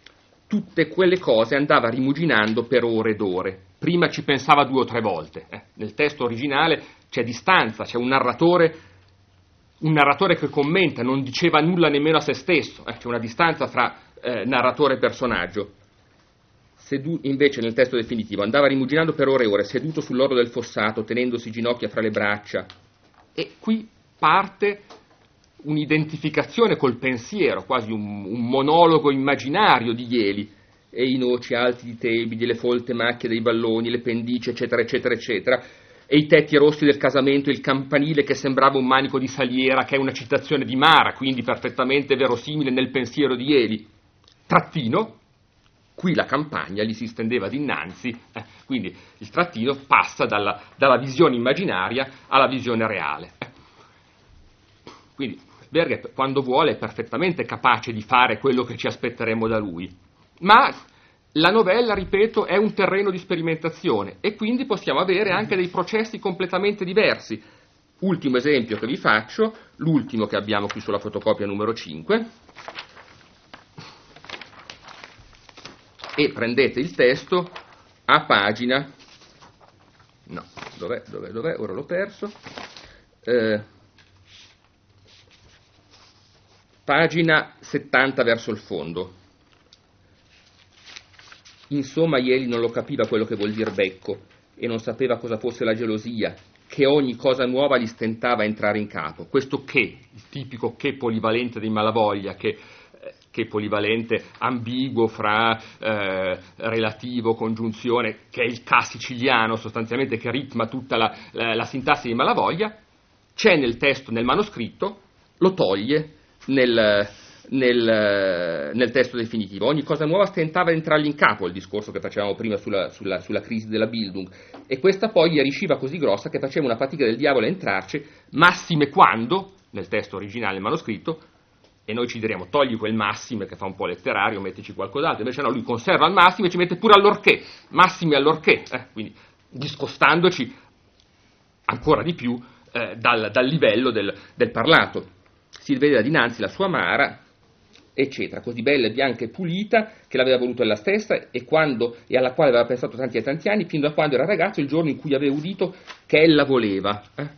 tutte quelle cose andava rimuginando per ore ed ore. Prima ci pensava due o tre volte. Eh. Nel testo originale c'è distanza, c'è un narratore, un narratore che commenta, non diceva nulla nemmeno a se stesso, eh. C'è una distanza fra eh, narratore e personaggio. Sedu- invece nel testo definitivo andava rimuginando per ore e ore, seduto sull'orlo del fossato, tenendosi ginocchia fra le braccia. E qui parte un'identificazione col pensiero, quasi un, un monologo immaginario di Jeli, e i noci alti di Tebidi, le folte macchie dei balloni, le pendici, eccetera, eccetera, eccetera, e i tetti rossi del casamento, il campanile che sembrava un manico di saliera, che è una citazione di Mara, quindi perfettamente verosimile nel pensiero di Jeli. Trattino, qui la campagna gli si stendeva dinanzi, eh, quindi il trattino passa dalla, dalla visione immaginaria alla visione reale. Eh. Quindi Verga, quando vuole, è perfettamente capace di fare quello che ci aspetteremo da lui. Ma la novella, ripeto, è un terreno di sperimentazione e quindi possiamo avere anche dei processi completamente diversi. Ultimo esempio che vi faccio, l'ultimo che abbiamo qui sulla fotocopia numero cinque. E prendete il testo a pagina, no, dov'è, dov'è, dov'è, ora l'ho perso, eh, pagina settanta verso il fondo. Insomma, Jeli non lo capiva quello che vuol dir becco e non sapeva cosa fosse la gelosia, che ogni cosa nuova gli stentava a entrare in capo. Questo che, il tipico che polivalente dei Malavoglia, che che polivalente ambiguo fra eh, relativo, congiunzione, che è il ca siciliano sostanzialmente, che ritma tutta la, la, la sintassi di Malavoglia, c'è nel testo, nel manoscritto, lo toglie nel, nel, nel testo definitivo. Ogni cosa nuova stentava a entrargli in capo, il discorso che facevamo prima sulla, sulla, sulla crisi della Bildung, e questa poi gli riusciva così grossa che faceva una fatica del diavolo a entrarci, massime quando, nel testo originale, nel manoscritto, e noi ci diremo togli quel massime che fa un po' letterario, mettici qualcos'altro, invece no, lui conserva il massimo e ci mette pure allorché, massimi allorché, eh, quindi discostandoci ancora di più eh, dal, dal livello del, del parlato. Si vede da dinanzi la sua Mara, eccetera, così bella e bianca e pulita, che l'aveva voluto ella stessa e, quando, e alla quale aveva pensato tanti e tanti anni, fin da quando era ragazzo, il giorno in cui aveva udito che ella voleva. Eh.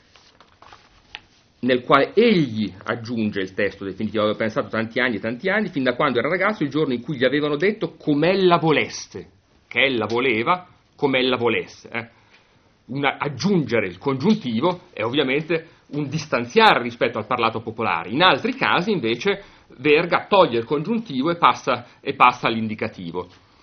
Nel quale egli aggiunge il testo definitivo, aveva pensato tanti anni e tanti anni, fin da quando era ragazzo, il giorno in cui gli avevano detto com'ella voleste, che ella voleva, com'ella volesse. Eh. Una, aggiungere il congiuntivo è ovviamente un distanziare rispetto al parlato popolare. In altri casi, invece, Verga toglie il congiuntivo e passa, e passa all'indicativo.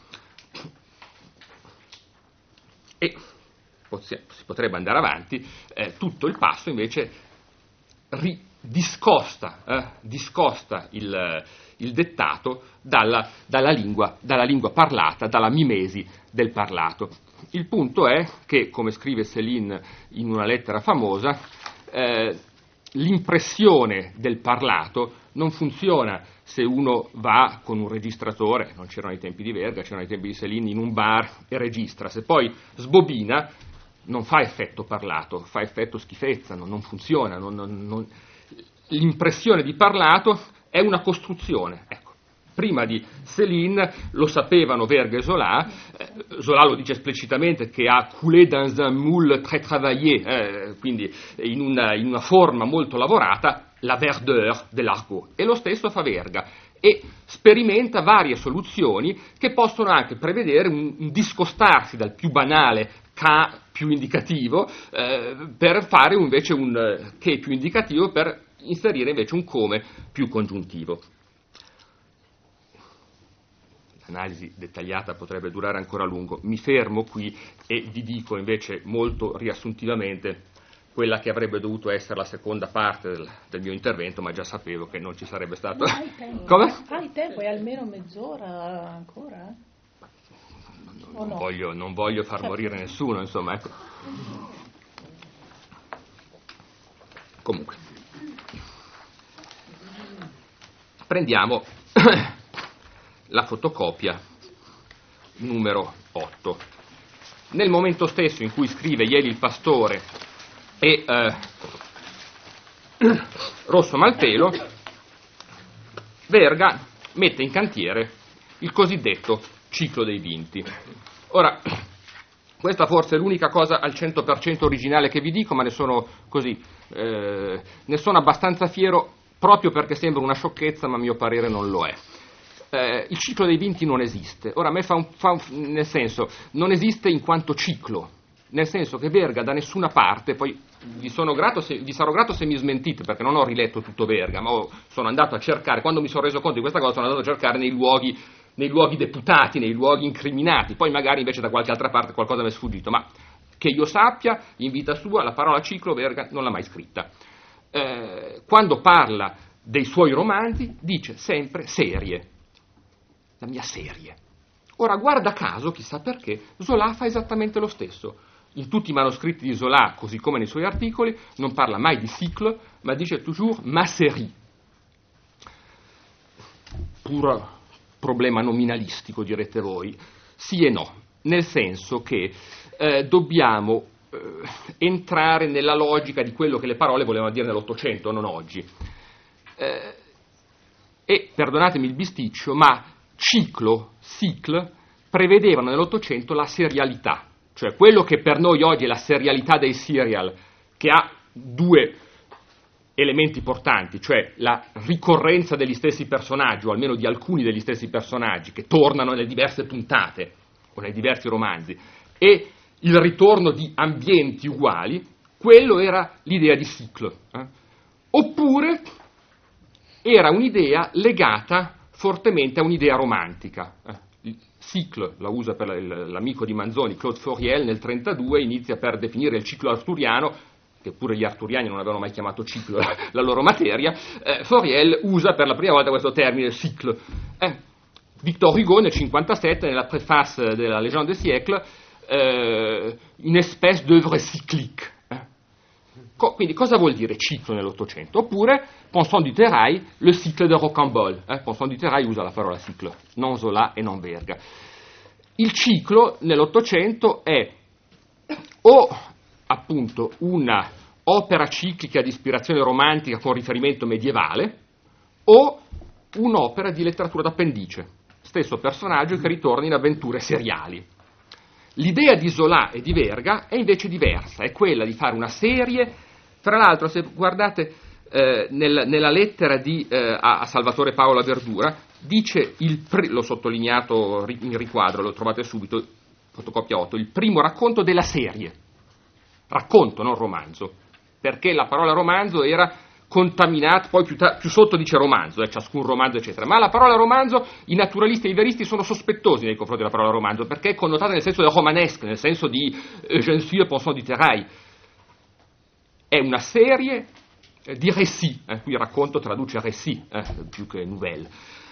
E si potrebbe andare avanti, eh, tutto il passo invece Ri, discosta, eh, discosta il, il dettato dalla, dalla, lingua, dalla lingua parlata, dalla mimesi del parlato. Il punto è che, come scrive Céline in una lettera famosa, eh, l'impressione del parlato non funziona se uno va con un registratore, non c'erano i tempi di Verga, c'erano i tempi di Céline, in un bar e registra. Se poi sbobina, non fa effetto parlato, fa effetto schifezza, non, non funziona. Non, non, non... L'impressione di parlato è una costruzione. Ecco, prima di Céline lo sapevano Verga e Zola, eh, Zola lo dice esplicitamente che ha coulé dans un moule très travaillé, eh, quindi in una, in una forma molto lavorata, la verdeur dell'argot, e lo stesso fa Verga. E sperimenta varie soluzioni che possono anche prevedere un, un discostarsi dal più banale K più indicativo eh, per fare invece un che più indicativo per inserire invece un come più congiuntivo. L'analisi dettagliata potrebbe durare ancora a lungo, mi fermo qui e vi dico invece molto riassuntivamente quella che avrebbe dovuto essere la seconda parte del, del mio intervento, ma già sapevo che non ci sarebbe stato. Ma hai tempo, come? Hai tempo, è almeno mezz'ora ancora? Non, no? voglio, non voglio far morire nessuno, insomma, ecco. Comunque, prendiamo la fotocopia numero otto. Nel momento stesso in cui scrive Jeli il pastore e eh, Rosso Malpelo, Verga mette in cantiere il cosiddetto ciclo dei vinti. Ora, questa forse è l'unica cosa al cento per cento originale che vi dico, ma ne sono così, eh, ne sono abbastanza fiero proprio perché sembra una sciocchezza, ma a mio parere non lo è. Eh, il ciclo dei vinti non esiste. Ora a me fa un, fa un, nel senso, non esiste in quanto ciclo, nel senso che Verga da nessuna parte, poi vi, sono grato se, vi sarò grato se mi smentite, perché non ho riletto tutto Verga, ma ho, sono andato a cercare, quando mi sono reso conto di questa cosa, sono andato a cercare nei luoghi, nei luoghi deputati, nei luoghi incriminati, poi magari invece da qualche altra parte qualcosa mi è sfuggito, ma che io sappia, in vita sua, la parola ciclo Verga non l'ha mai scritta. Eh, quando parla dei suoi romanzi, dice sempre serie, la mia serie. Ora, guarda caso, chissà perché, Zola fa esattamente lo stesso. In tutti i manoscritti di Zola, così come nei suoi articoli, non parla mai di cycle, ma dice toujours ma série. Puro problema nominalistico, direte voi. Sì e no, nel senso che eh, dobbiamo eh, entrare nella logica di quello che le parole volevano dire nell'Ottocento, non oggi. Eh, e, perdonatemi il bisticcio, ma ciclo, cycle, prevedevano nell'Ottocento la serialità, cioè quello che per noi oggi è la serialità dei serial, che ha due elementi portanti, cioè la ricorrenza degli stessi personaggi, o almeno di alcuni degli stessi personaggi, che tornano nelle diverse puntate, o nei diversi romanzi, e il ritorno di ambienti uguali, quello era l'idea di cycle. Eh? Oppure era un'idea legata fortemente a un'idea romantica. Eh, il cycle la usa per l'amico di Manzoni, Claude Fauriel, nel trentadue inizia per definire il ciclo arturiano, che pure gli arturiani non avevano mai chiamato ciclo la loro materia. eh, Fauriel usa per la prima volta questo termine cycle. Eh, Victor Hugo nel cinquantasette, nella préface della Légende des siècles, eh, une espèce d'œuvre cyclique. Co- quindi cosa vuol dire ciclo nell'Ottocento? Oppure Ponson du Terrail, le cycle de Rocambole. Eh? Ponson du Terrail usa la parola cycle, non Zola e non Verga. Il ciclo nell'Ottocento è o appunto una opera ciclica di ispirazione romantica con riferimento medievale, o un'opera di letteratura d'appendice, stesso personaggio che ritorna in avventure seriali. L'idea di Zola e di Verga è invece diversa, è quella di fare una serie. Tra l'altro, se guardate eh, nel, nella lettera di, eh, a, a Salvatore Paolo Verdura, dice, il pri- l'ho sottolineato in riquadro, lo trovate subito, fotocopia otto, il primo racconto della serie. Racconto, non romanzo, perché la parola romanzo era contaminata, poi più, ta- più sotto dice romanzo, eh, ciascun romanzo eccetera, ma la parola romanzo i naturalisti e i veristi sono sospettosi nei confronti della parola romanzo, perché è connotata nel senso del romanesque, nel senso di eh, je suis le Ponson du Terrail. È una serie eh, di récits, eh, qui racconto traduce récit eh, più che nouvelle,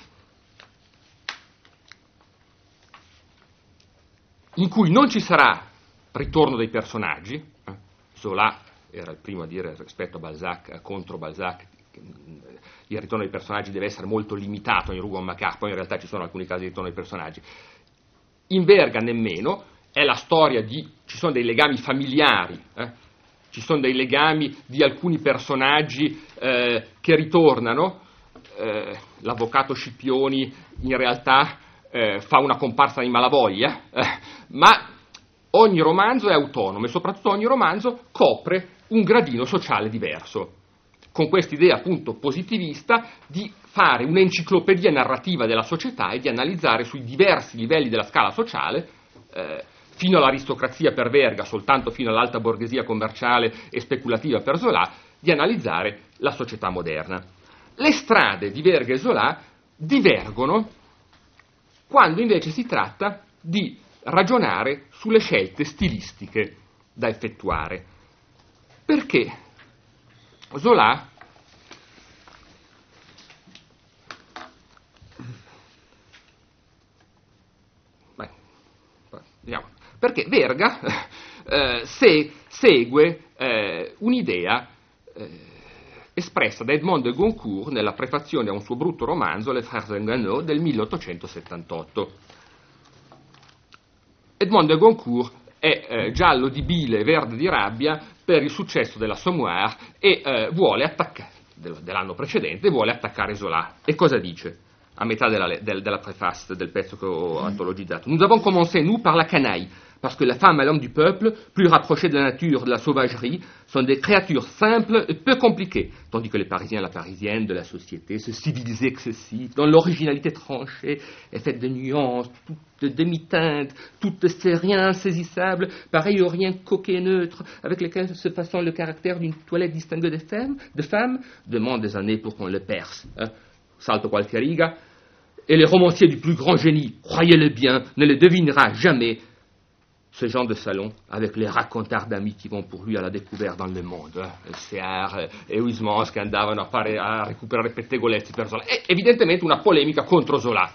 in cui non ci sarà ritorno dei personaggi. eh, Zola era il primo a dire rispetto a Balzac, contro Balzac, il ritorno dei personaggi deve essere molto limitato in Rougon Macquart, poi in realtà ci sono alcuni casi di ritorno dei personaggi. In Verga nemmeno, è la storia di, ci sono dei legami familiari, eh, ci sono dei legami di alcuni personaggi eh, che ritornano, eh, l'avvocato Scipioni in realtà eh, fa una comparsa di malavoglia, eh, ma ogni romanzo è autonomo e soprattutto ogni romanzo copre un gradino sociale diverso, con quest'idea appunto positivista di fare un'enciclopedia narrativa della società e di analizzare sui diversi livelli della scala sociale, eh, fino all'aristocrazia per Verga, soltanto fino all'alta borghesia commerciale e speculativa per Zola, di analizzare la società moderna. Le strade di Verga e Zola divergono quando invece si tratta di ragionare sulle scelte stilistiche da effettuare. Perché Zola beh, vediamo, perché Verga eh, se, segue eh, un'idea eh, espressa da Edmond de Goncourt nella prefazione a un suo brutto romanzo, Les Frères Enganaux, del milleottocentosettantotto. Edmond de Goncourt è eh, giallo di bile e verde di rabbia per il successo dell'Assommoir e eh, vuole attaccare, dell'anno precedente, vuole attaccare Zola. E cosa dice? a metà della, del, della préface del pezzo che ho antologizzato. Nous avons commencé, nous, par la canaille, parce que la femme et l'homme du peuple, plus rapprochés de la nature, de la sauvagerie, sont des créatures simples et peu compliquées, tandis que les Parisiens et la Parisienne de la société, ce civilisé excessif, dont l'originalité tranchée est faite de nuances, toutes de demi-teintes, toutes ces riens insaisissables, pareils aux riens coquets et neutres, avec lesquels se façonne le caractère d'une toilette distinguée de femmes, de femmes, demande des années pour qu'on le perce. Hein. Salto qualche riga, et les romanciers du plus grand génie, croyez-le bien, ne le devinera jamais, ce genre de salon, avec les raccontars d'amis qui vont pour lui à la découverte dans le monde, eh? Sear e Huysmans che andavano a, fare, a recuperare pettegolezzi per Zola. È evidentemente una polemica contro Zola.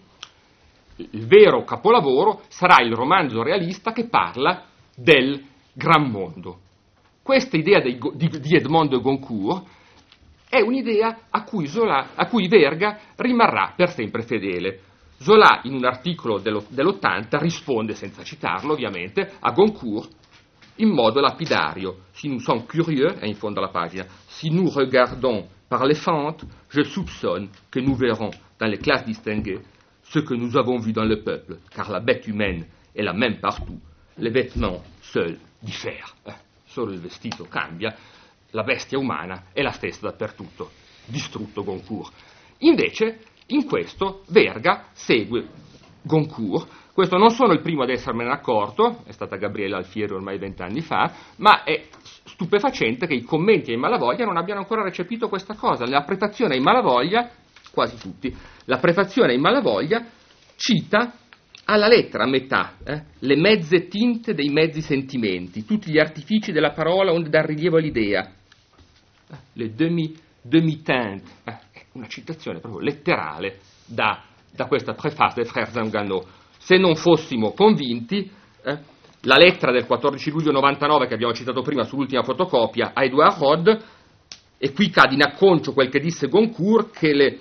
Il vero capolavoro sarà il romanzo realista che parla del gran mondo. Questa idea di, di, di Edmond de Goncourt è un'idea a cui, Zola, a cui Verga rimarrà per sempre fedele. Zola, in un articolo dello, dell'ottanta, risponde, senza citarlo ovviamente, a Goncourt in modo lapidario. Si nous sommes curieux, è in fondo alla pagina, si nous regardons par les fentes, je soupçonne que nous verrons dans les classes distinguées ce que nous avons vu dans le peuple, car la bête humaine est la même partout, les vêtements seuls diffèrent. Eh, solo il vestito cambia, la bestia umana è la stessa dappertutto. Distrutto Goncourt. Invece, in questo, Verga segue Goncourt. Questo non sono il primo ad essermene accorto, è stata Gabriella Alfieri ormai vent'anni fa, ma è stupefacente che i commenti ai Malavoglia non abbiano ancora recepito questa cosa. La prefazione ai Malavoglia, quasi tutti, la prefazione ai Malavoglia cita alla lettera, a metà, eh, le mezze tinte dei mezzi sentimenti, tutti gli artifici della parola onde dar rilievo all'idea. Eh, le demi, demi-teinte, eh, una citazione proprio letterale da, da questa préface dei Frères Zamganot. Se non fossimo convinti, eh, la lettera del quattordici luglio novantanove che abbiamo citato prima sull'ultima fotocopia a Edouard Rod, e qui cade in acconcio quel che disse Goncourt, che le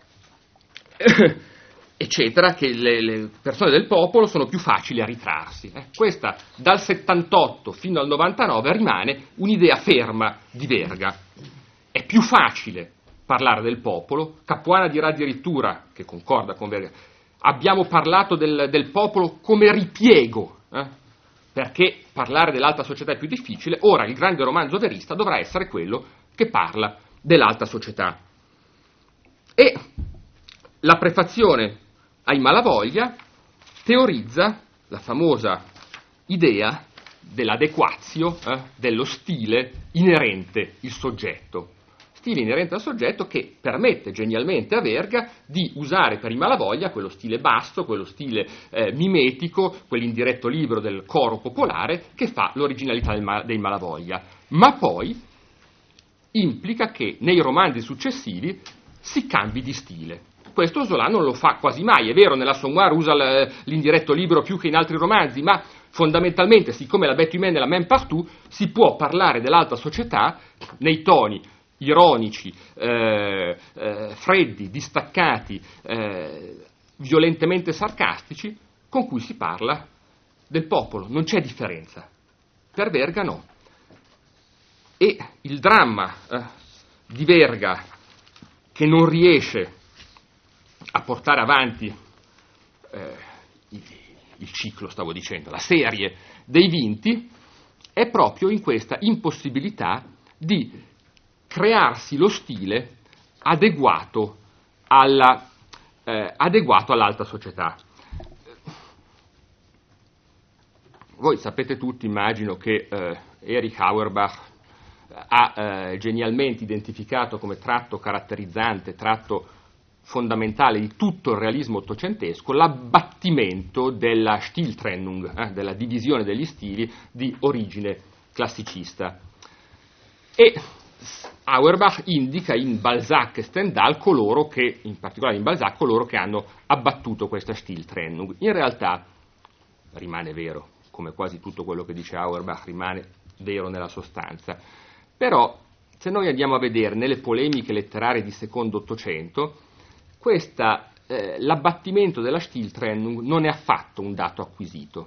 eccetera, che le, le persone del popolo sono più facili a ritrarsi. Eh, questa dal settantotto fino al novantanove rimane un'idea ferma di Verga. È più facile parlare del popolo. Capuana dirà addirittura, che concorda con Verga, abbiamo parlato del, del popolo come ripiego, eh, perché parlare dell'alta società è più difficile. Ora il grande romanzo verista dovrà essere quello che parla dell'alta società. E la prefazione ai Malavoglia teorizza la famosa idea dell'adequazio, eh, dello stile inerente il soggetto. Stile inerente al soggetto che permette genialmente a Verga di usare per i Malavoglia quello stile basso, quello stile eh, mimetico, quell'indiretto libro del coro popolare che fa l'originalità del Ma- dei Malavoglia. Ma poi implica che nei romanzi successivi si cambi di stile. Questo Zola non lo fa quasi mai, è vero, nell'Assommoir usa l'indiretto libro più che in altri romanzi, ma fondamentalmente, siccome la bête humaine è la même partout, si può parlare dell'alta società nei toni ironici, eh, eh, freddi, distaccati, eh, violentemente sarcastici, con cui si parla del popolo. Non c'è differenza. Per Verga no. E il dramma eh, di Verga, che non riesce a portare avanti eh, il, il ciclo, stavo dicendo, la serie dei vinti, è proprio in questa impossibilità di crearsi lo stile adeguato, alla, eh, adeguato all'alta società. Voi sapete tutti, immagino, che eh, Erich Auerbach ha eh, genialmente identificato come tratto caratterizzante, tratto fondamentale di tutto il realismo ottocentesco l'abbattimento della Stiltrennung, eh, della divisione degli stili di origine classicista. E Auerbach indica in Balzac e Stendhal coloro che, in particolare in Balzac, coloro che hanno abbattuto questa Stiltrennung. In realtà rimane vero, come quasi tutto quello che dice Auerbach rimane vero nella sostanza. Però, se noi andiamo a vedere nelle polemiche letterarie di secondo Ottocento, questa, eh, l'abbattimento della Stiltrennung non è affatto un dato acquisito.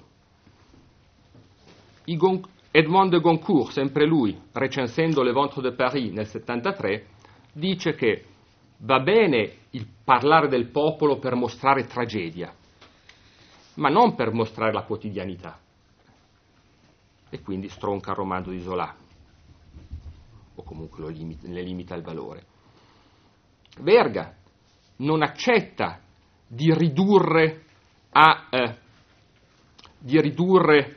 I Gon- Edmond de Goncourt, sempre lui, recensendo Le Ventre de Paris nel settantatré, dice che Va bene il parlare del popolo per mostrare tragedia, ma non per mostrare la quotidianità. E quindi stronca il romanzo di Zola, o comunque lo limita, ne limita il valore. Verga non accetta di ridurre a eh, di ridurre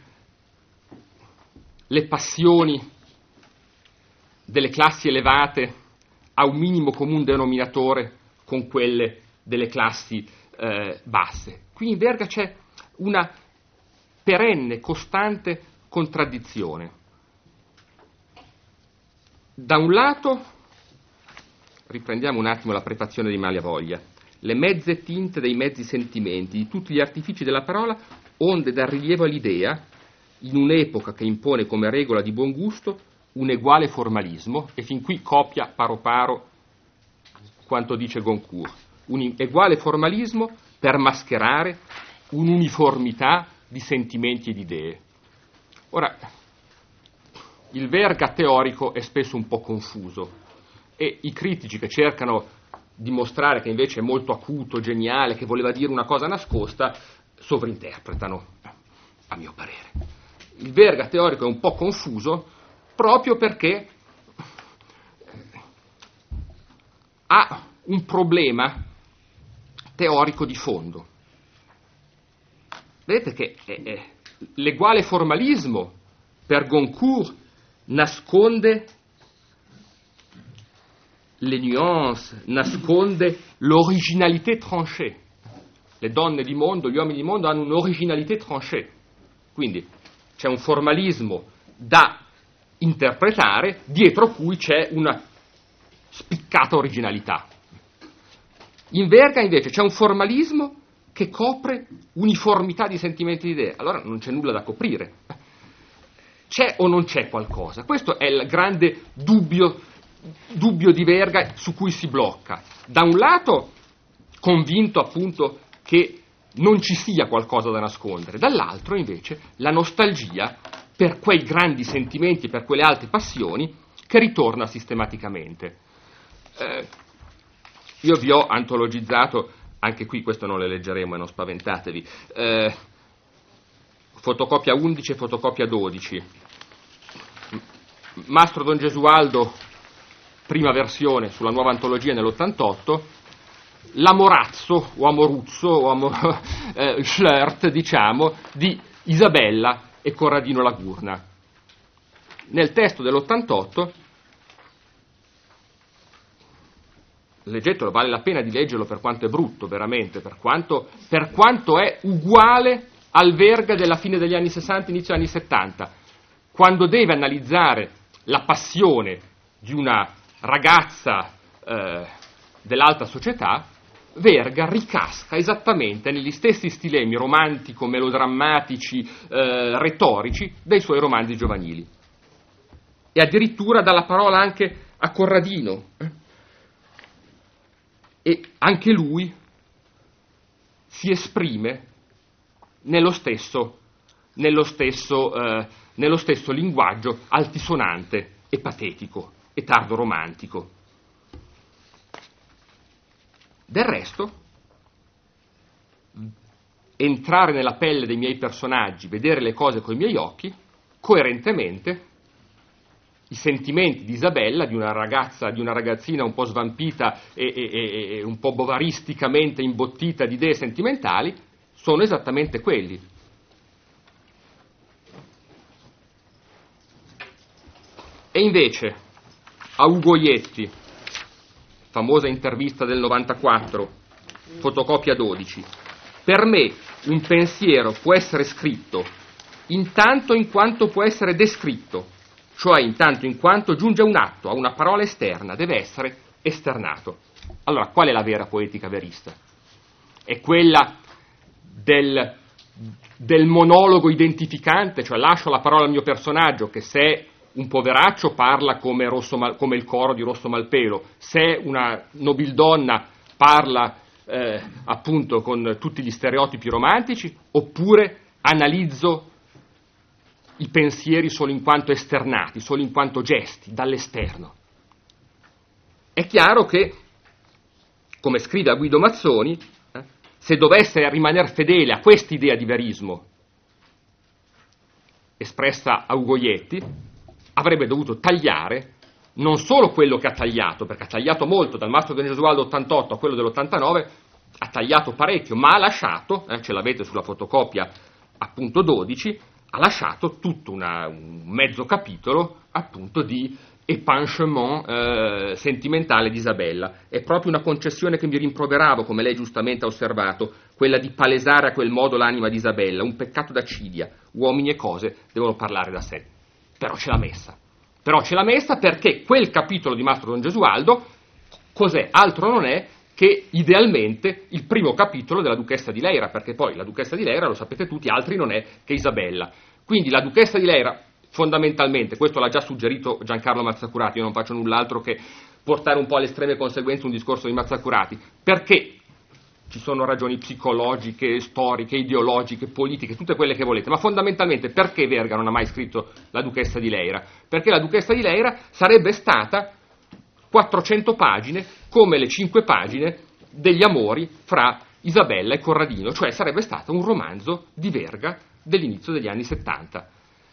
le passioni delle classi elevate a un minimo comune denominatore con quelle delle classi eh, basse. Qui in Verga c'è una perenne, costante contraddizione. Da un lato, riprendiamo un attimo la prefazione di Malavoglia, le mezze tinte dei mezzi sentimenti, di tutti gli artifici della parola, onde dar rilievo all'idea, in un'epoca che impone come regola di buon gusto un eguale formalismo, e fin qui copia paro paro quanto dice Goncourt, un eguale formalismo per mascherare un'uniformità di sentimenti e di idee. Ora, il Verga teorico è spesso un po' confuso e i critici che cercano di mostrare che invece è molto acuto, geniale, che voleva dire una cosa nascosta, sovrinterpretano, a mio parere. Il Verga teorico è un po' confuso proprio perché ha un problema teorico di fondo. Vedete che eh, eh, l'eguale formalismo per Goncourt nasconde le nuances, nasconde l'originalité tranchée. Le donne di mondo, gli uomini di mondo hanno un'originalité tranchée. Quindi c'è un formalismo da interpretare dietro cui c'è una spiccata originalità. In Verga invece c'è un formalismo che copre uniformità di sentimenti e di idee. Allora non c'è nulla da coprire. C'è o non c'è qualcosa? Questo è il grande dubbio, dubbio di Verga su cui si blocca. Da un lato convinto appunto che non ci sia qualcosa da nascondere, dall'altro invece la nostalgia per quei grandi sentimenti, per quelle alte passioni che ritorna sistematicamente. Eh, io vi ho antologizzato, anche qui questo non le leggeremo e non spaventatevi, eh, fotocopia undici e fotocopia dodici. Mastro Don Gesualdo, prima versione sulla nuova antologia nell'ottantotto, l'Amorazzo o Amoruzzo o Amor, eh, Schlirt, diciamo, di Isabella e Corradino Lagurna. Nel testo dell'ottantotto, leggetelo, vale la pena di leggerlo per quanto è brutto, veramente, per quanto, per quanto è uguale al Verga della fine degli anni sessanta, inizio anni settanta, quando deve analizzare la passione di una ragazza eh, dell'alta società, Verga ricasca esattamente negli stessi stilemi romantico, melodrammatici, eh, retorici dei suoi romanzi giovanili. E addirittura dà la parola anche a Corradino. E anche lui si esprime nello stesso, nello stesso, eh, nello stesso linguaggio altisonante e patetico e tardo romantico. Del resto, entrare nella pelle dei miei personaggi, vedere le cose coi miei occhi, coerentemente i sentimenti di Isabella, di una ragazza, di una ragazzina un po' svampita e, e, e un po' bovaristicamente imbottita di idee sentimentali, sono esattamente quelli. E invece a Ugo Ietti, famosa intervista del novantaquattro, fotocopia dodici, per me un pensiero può essere scritto intanto in quanto può essere descritto, cioè intanto in quanto giunge a un atto, a una parola esterna, deve essere esternato. Allora, qual è la vera poetica verista? È quella del, del monologo identificante, cioè lascio la parola al mio personaggio, che se è un poveraccio parla come, Rosso Mal, come il coro di Rosso Malpelo, se è una nobildonna parla eh, appunto con tutti gli stereotipi romantici, oppure analizzo i pensieri solo in quanto esternati, solo in quanto gesti, dall'esterno. È chiaro che come scrive a Guido Mazzoni, eh, se dovesse rimanere fedele a quest'idea di verismo espressa a Ugo Jetti, avrebbe dovuto tagliare non solo quello che ha tagliato, perché ha tagliato molto, dal Mastro Don Gesualdo ottantotto a quello dell'ottantanove, ha tagliato parecchio, ma ha lasciato, eh, ce l'avete sulla fotocopia appunto dodici, ha lasciato tutto una, un mezzo capitolo appunto di épanchement eh, sentimentale di Isabella. È proprio una concessione che mi rimproveravo, come lei giustamente ha osservato, quella di palesare a quel modo l'anima di Isabella, un peccato d'accidia, uomini e cose devono parlare da sé. Però ce l'ha messa. Però ce l'ha messa perché quel capitolo di Mastro Don Gesualdo, cos'è? Altro non è che idealmente il primo capitolo della Duchessa di Leyra, perché poi la Duchessa di Leyra, lo sapete tutti, altri non è che Isabella. Quindi la Duchessa di Leyra, fondamentalmente, questo l'ha già suggerito Giancarlo Mazzacurati, io non faccio null'altro che portare un po' alle estreme conseguenze un discorso di Mazzacurati, perché ci sono ragioni psicologiche, storiche, ideologiche, politiche, tutte quelle che volete, ma fondamentalmente perché Verga non ha mai scritto la Duchessa di Leyra? Perché la Duchessa di Leyra sarebbe stata quattrocento pagine come le cinque pagine degli amori fra Isabella e Corradino, cioè sarebbe stato un romanzo di Verga dell'inizio degli anni settanta.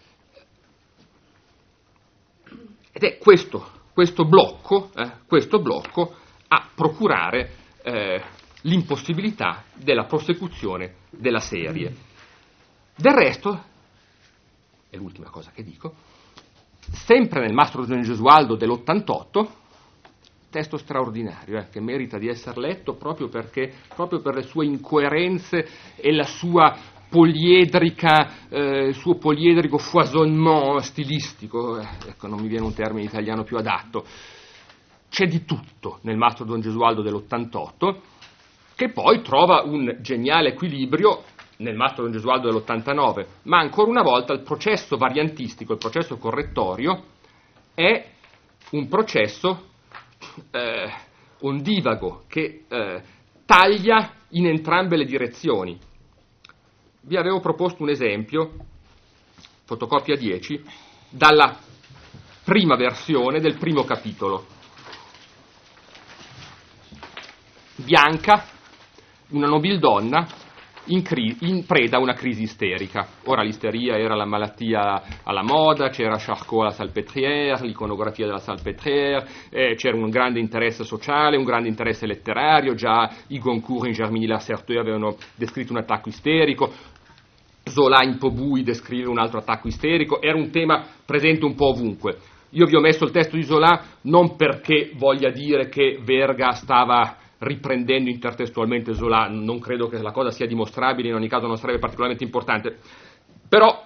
Ed è questo, questo blocco, eh, questo blocco a procurare eh, l'impossibilità della prosecuzione della serie. Del resto, è l'ultima cosa che dico, sempre nel Mastro Don Gesualdo dell'ottantotto, testo straordinario, eh, che merita di essere letto proprio perché, proprio per le sue incoerenze e la sua poliedrica, eh, il suo poliedrico foisonnement stilistico, eh, ecco, non mi viene un termine italiano più adatto. C'è di tutto nel Mastro Don Gesualdo dell'ottantotto, che poi trova un geniale equilibrio nel Mastro Don Gesualdo dell'ottantanove, ma ancora una volta il processo variantistico, il processo correttorio, è un processo eh, ondivago che eh, taglia in entrambe le direzioni. Vi avevo proposto un esempio, fotocopia dieci, dalla prima versione del primo capitolo. Bianca, una nobildonna in, cri- in preda a una crisi isterica. Ora l'isteria era la malattia alla moda, c'era Charcot alla Salpêtrière, l'iconografia della Salpêtrière, eh, c'era un grande interesse sociale, un grande interesse letterario, già i Goncourt in Germigny-la-Certeux avevano descritto un attacco isterico, Zola in Po' bui descrive un altro attacco isterico, era un tema presente un po' ovunque. Io vi ho messo il testo di Zola non perché voglia dire che Verga stava riprendendo intertestualmente Zola, non credo che la cosa sia dimostrabile, in ogni caso non sarebbe particolarmente importante, però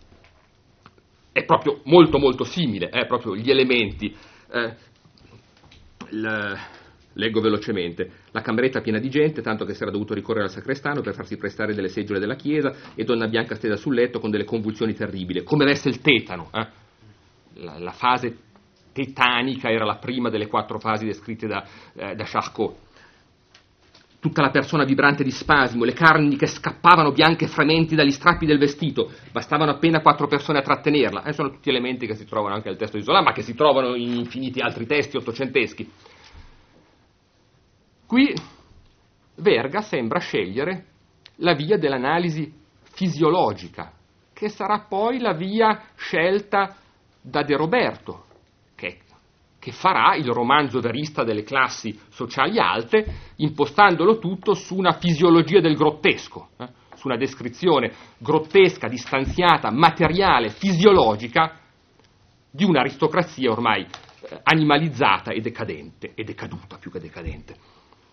è proprio molto molto simile, è proprio gli elementi. Eh, il, leggo velocemente: la cameretta piena di gente, tanto che si era dovuto ricorrere al sacrestano per farsi prestare delle seggiole della chiesa, e donna Bianca stesa sul letto con delle convulsioni terribili, come avesse il tetano. Eh? La, la fase tetanica era la prima delle quattro fasi descritte da, eh, da Charcot. Tutta la persona vibrante di spasimo, le carni che scappavano bianche e frementi dagli strappi del vestito, bastavano appena quattro persone a trattenerla. E eh, sono tutti elementi che si trovano anche nel testo di Zola, ma che si trovano in infiniti altri testi ottocenteschi. Qui Verga sembra scegliere la via dell'analisi fisiologica, che sarà poi la via scelta da De Roberto, che, che farà il romanzo verista delle classi sociali alte, impostandolo tutto su una fisiologia del grottesco, eh, su una descrizione grottesca, distanziata, materiale, fisiologica di un'aristocrazia ormai eh, animalizzata e decadente, e decaduta più che decadente.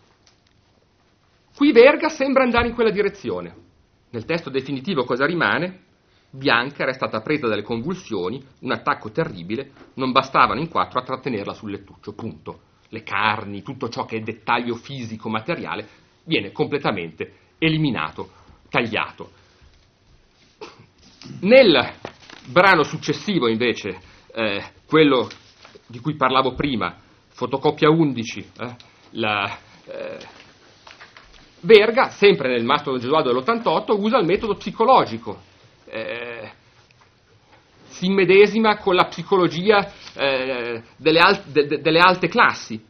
Qui Verga sembra andare in quella direzione. Nel testo definitivo cosa rimane? Bianca era stata presa dalle convulsioni, un attacco terribile, non bastavano in quattro a trattenerla sul lettuccio, punto. Le carni, tutto ciò che è dettaglio fisico, materiale, viene completamente eliminato, tagliato. Nel brano successivo, invece, eh, quello di cui parlavo prima, fotocopia undici, eh, la... Eh, Verga, sempre nel Mastro Don Gesualdo dell'ottantotto, usa il metodo psicologico, eh, si immedesima con la psicologia eh, delle, al- de- de- delle alte classi,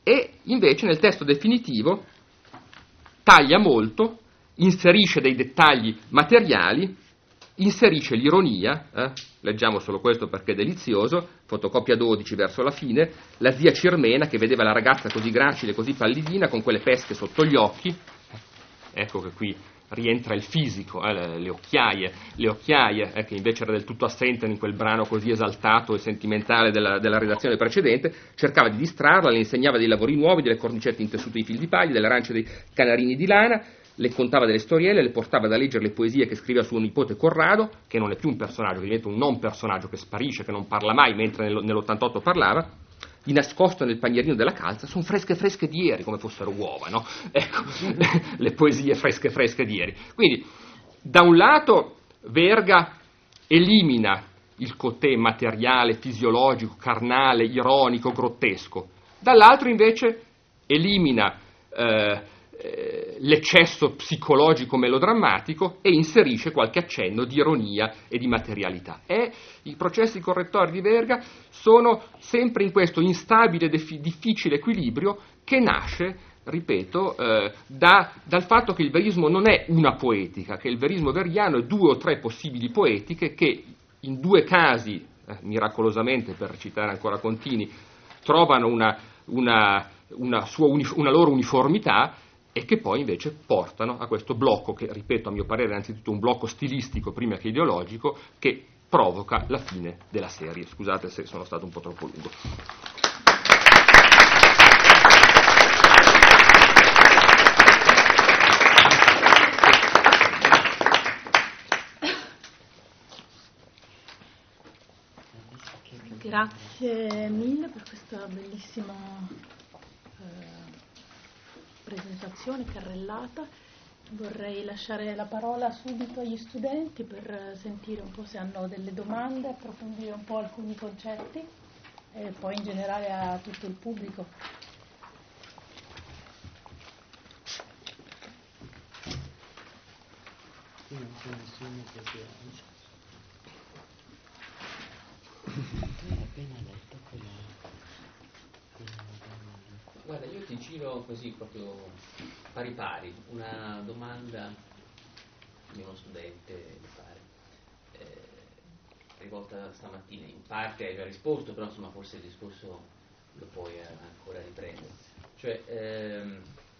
e invece nel testo definitivo taglia molto, inserisce dei dettagli materiali, inserisce l'ironia, eh? Leggiamo solo questo perché è delizioso, fotocopia dodici verso la fine, la zia Cirmena che vedeva la ragazza così gracile, così pallidina, con quelle pesche sotto gli occhi, ecco che qui rientra il fisico, eh, le occhiaie, le occhiaie eh, che invece era del tutto assente in quel brano così esaltato e sentimentale della, della redazione precedente, cercava di distrarla, le insegnava dei lavori nuovi, delle cornicette intessute di fil di paglia, delle arance dei canarini di lana, le contava delle storielle, le portava da leggere le poesie che scriveva suo nipote Corrado, che non è più un personaggio, che diventa un non personaggio, che sparisce, che non parla mai, mentre nell'ottantotto parlava, di nascosto nel panierino della calza, sono fresche fresche di ieri, come fossero uova, no? Ecco, le poesie fresche fresche di ieri. Quindi, da un lato, Verga elimina il cotè materiale, fisiologico, carnale, ironico, grottesco, dall'altro invece elimina eh, l'eccesso psicologico melodrammatico e inserisce qualche accenno di ironia e di materialità. E i processi correttori di Verga sono sempre in questo instabile e difficile equilibrio che nasce, ripeto, eh, da, dal fatto che il verismo non è una poetica, che il verismo verghiano è due o tre possibili poetiche che in due casi, eh, miracolosamente per citare ancora Contini, trovano una, una, una, sua unif- una loro uniformità, e che poi invece portano a questo blocco che, ripeto, a mio parere è anzitutto un blocco stilistico prima che ideologico, che provoca la fine della serie. Scusate se sono stato un po' troppo lungo. Grazie mille per questa bellissima eh, presentazione carrellata. Vorrei lasciare la parola subito agli studenti per sentire un po' se hanno delle domande, approfondire un po' alcuni concetti e poi in generale a tutto il pubblico. Non c'è nessuno che sia. Tu hai appena letto quella, quella domanda. Guarda, io ti giro così proprio pari pari una domanda di uno studente, mi pare, eh, rivolta stamattina. In parte hai già risposto, però insomma forse il discorso lo puoi ancora riprendere. Cioè, ehm,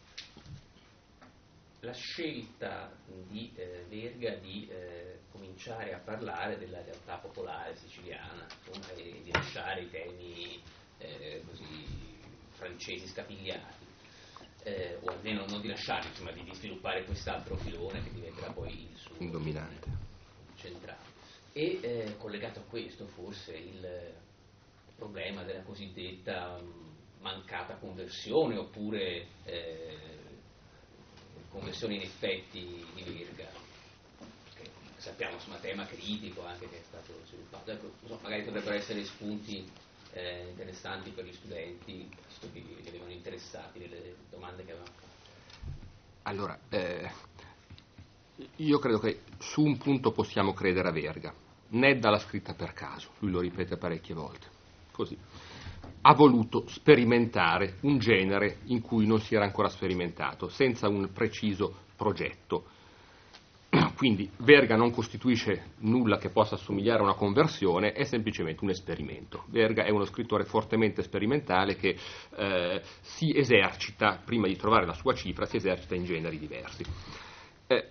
la scelta di eh, Verga di eh, cominciare a parlare della realtà popolare siciliana, insomma, e di lasciare i temi eh, così francesi scapigliati, eh, o almeno non di lasciare, insomma, di, di sviluppare quest'altro filone che diventerà poi il suo dominante centrale. E eh, collegato a questo forse il problema della cosiddetta mancata conversione, oppure eh, conversione in effetti di Verga, che sappiamo insomma tema critico anche che è stato sviluppato. Ecco, insomma, magari potrebbero essere spunti eh, interessanti per gli studenti, visto che li avevano interessati delle domande che avevamo fatto. Allora, eh, io credo che su un punto possiamo credere a Verga, Nedda l'ha scritta per caso, lui lo ripete parecchie volte, così. Ha voluto sperimentare un genere in cui non si era ancora sperimentato, senza un preciso progetto. Quindi Verga non costituisce nulla che possa assomigliare a una conversione, è semplicemente un esperimento. Verga è uno scrittore fortemente sperimentale che eh, si esercita, prima di trovare la sua cifra, si esercita in generi diversi. Eh,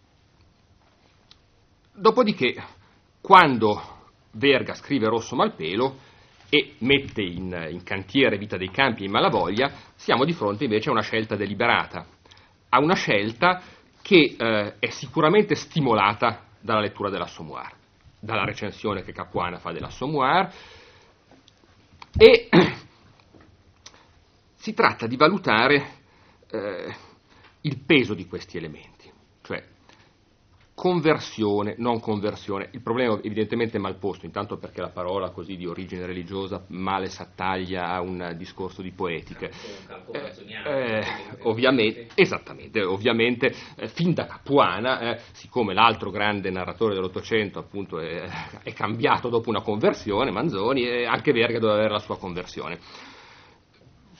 dopodiché, quando Verga scrive Rosso Malpelo e mette in, in cantiere Vita dei Campi e in Malavoglia, siamo di fronte invece a una scelta deliberata, a una scelta che eh, è sicuramente stimolata dalla lettura dell'Assommoir, dalla recensione che Capuana fa dell'Assommoir, e si tratta di valutare eh, il peso di questi elementi, cioè conversione, non conversione. Il problema evidentemente è mal posto, intanto perché la parola così di origine religiosa male s'attaglia a un discorso di poetiche. Eh, eh, ovviamente, esattamente, ovviamente eh, fin da Capuana, eh, siccome l'altro grande narratore dell'Ottocento appunto è, è cambiato dopo una conversione, Manzoni, eh, anche Verga doveva avere la sua conversione.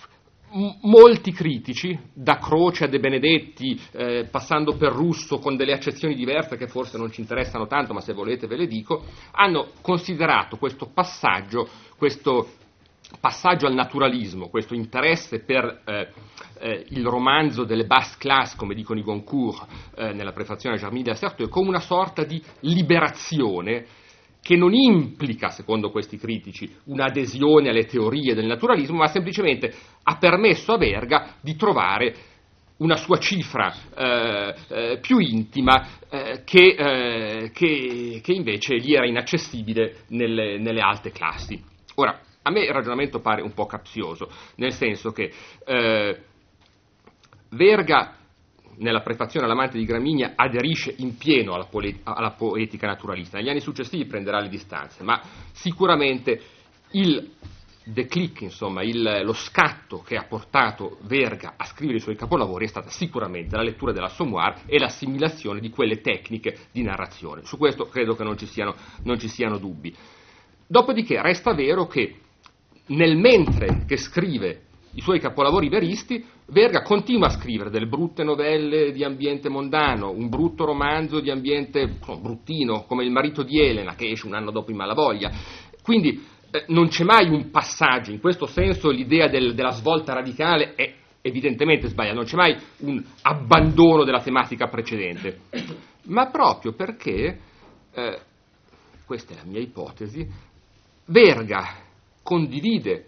m- molti critici, da Croce a De Benedetti, eh, passando per Russo con delle accezioni diverse che forse non ci interessano tanto, ma se volete ve le dico, hanno considerato questo passaggio, questo passaggio al naturalismo, questo interesse per eh, eh, il romanzo delle basse classes, come dicono i Goncourt eh, nella prefazione a Germine de la Certeau, come una sorta di liberazione che non implica, secondo questi critici, un'adesione alle teorie del naturalismo, ma semplicemente ha permesso a Verga di trovare una sua cifra eh, eh, più intima eh, che, eh, che, che invece gli era inaccessibile nelle, nelle alte classi. Ora, a me il ragionamento pare un po' capzioso, nel senso che eh, Verga, nella prefazione all'amante di Gramigna, aderisce in pieno alla, pole- alla poetica naturalista. Negli anni successivi prenderà le distanze, ma sicuramente il declic, insomma, il, lo scatto che ha portato Verga a scrivere i suoi capolavori è stata sicuramente la lettura dell'Assommoir e l'assimilazione di quelle tecniche di narrazione. Su questo credo che non ci siano, non ci siano dubbi. Dopodiché resta vero che nel mentre che scrive i suoi capolavori veristi, Verga continua a scrivere delle brutte novelle di ambiente mondano, un brutto romanzo di ambiente insomma, bruttino, come Il marito di Elena, che esce un anno dopo in Malavoglia. Quindi eh, non c'è mai un passaggio, in questo senso l'idea del, della svolta radicale è evidentemente sbagliata, non c'è mai un abbandono della tematica precedente, ma proprio perché, eh, questa è la mia ipotesi, Verga condivide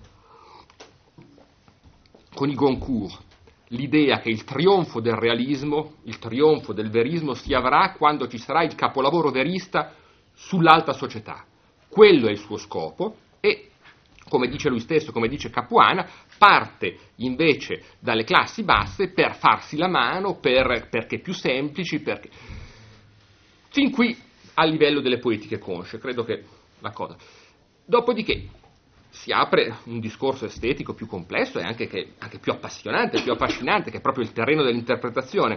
con i Goncourt l'idea che il trionfo del realismo, il trionfo del verismo si avrà quando ci sarà il capolavoro verista sull'alta società. Quello è il suo scopo e, come dice lui stesso, come dice Capuana, parte invece dalle classi basse per farsi la mano, per, perché più semplici, perché... fin qui a livello delle poetiche consce, credo che la cosa... Dopodiché si apre un discorso estetico più complesso e anche, che, anche più appassionante, più affascinante, che è proprio il terreno dell'interpretazione.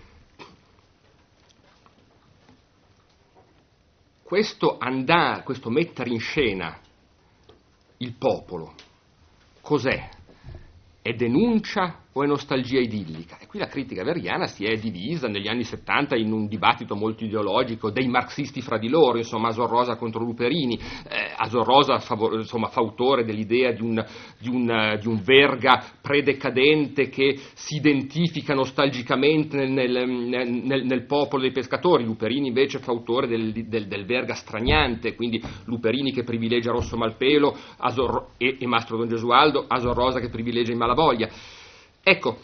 Questo andare, questo mettere in scena il popolo, cos'è? È denuncia o è nostalgia idillica? E qui la critica verghiana si è divisa negli anni settanta in un dibattito molto ideologico dei marxisti fra di loro, insomma Asor Rosa contro Luperini, eh, Asor Rosa favor- insomma, fautore dell'idea di un, di, un, di un Verga predecadente che si identifica nostalgicamente nel, nel, nel, nel popolo dei pescatori, Luperini invece fautore del, del, del Verga straniante, quindi Luperini che privilegia Rosso Malpelo Asor, e, e Mastro Don Gesualdo, Asor Rosa che privilegia in Malavoglia. Ecco,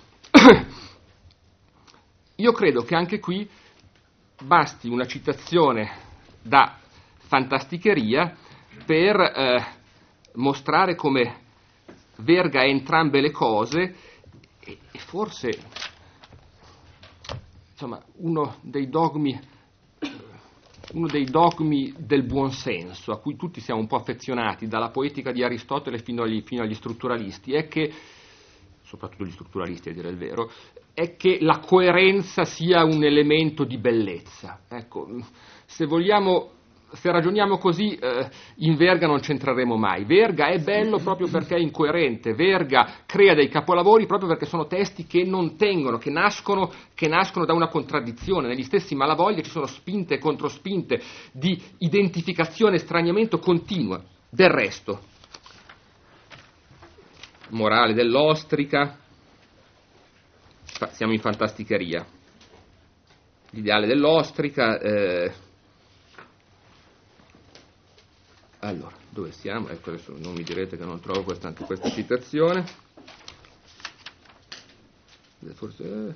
io credo che anche qui basti una citazione da fantasticheria per eh, mostrare come Verga è entrambe le cose e, e forse insomma uno dei dogmi uno dei dogmi del buonsenso a cui tutti siamo un po' affezionati dalla poetica di Aristotele fino agli, fino agli strutturalisti è che soprattutto gli strutturalisti a dire il vero, è che la coerenza sia un elemento di bellezza. Ecco, se vogliamo, se ragioniamo così, eh, in Verga non c'entreremo mai. Verga è bello proprio perché è incoerente, Verga crea dei capolavori proprio perché sono testi che non tengono, che nascono, che nascono da una contraddizione. Negli stessi Malavoglia ci sono spinte e controspinte di identificazione e straniamento continua. Del resto, morale dell'ostrica, siamo in fantasticheria, l'ideale dell'ostrica, eh, allora, dove siamo? Ecco, adesso non mi direte che non trovo questa, anche questa citazione, forse, eh.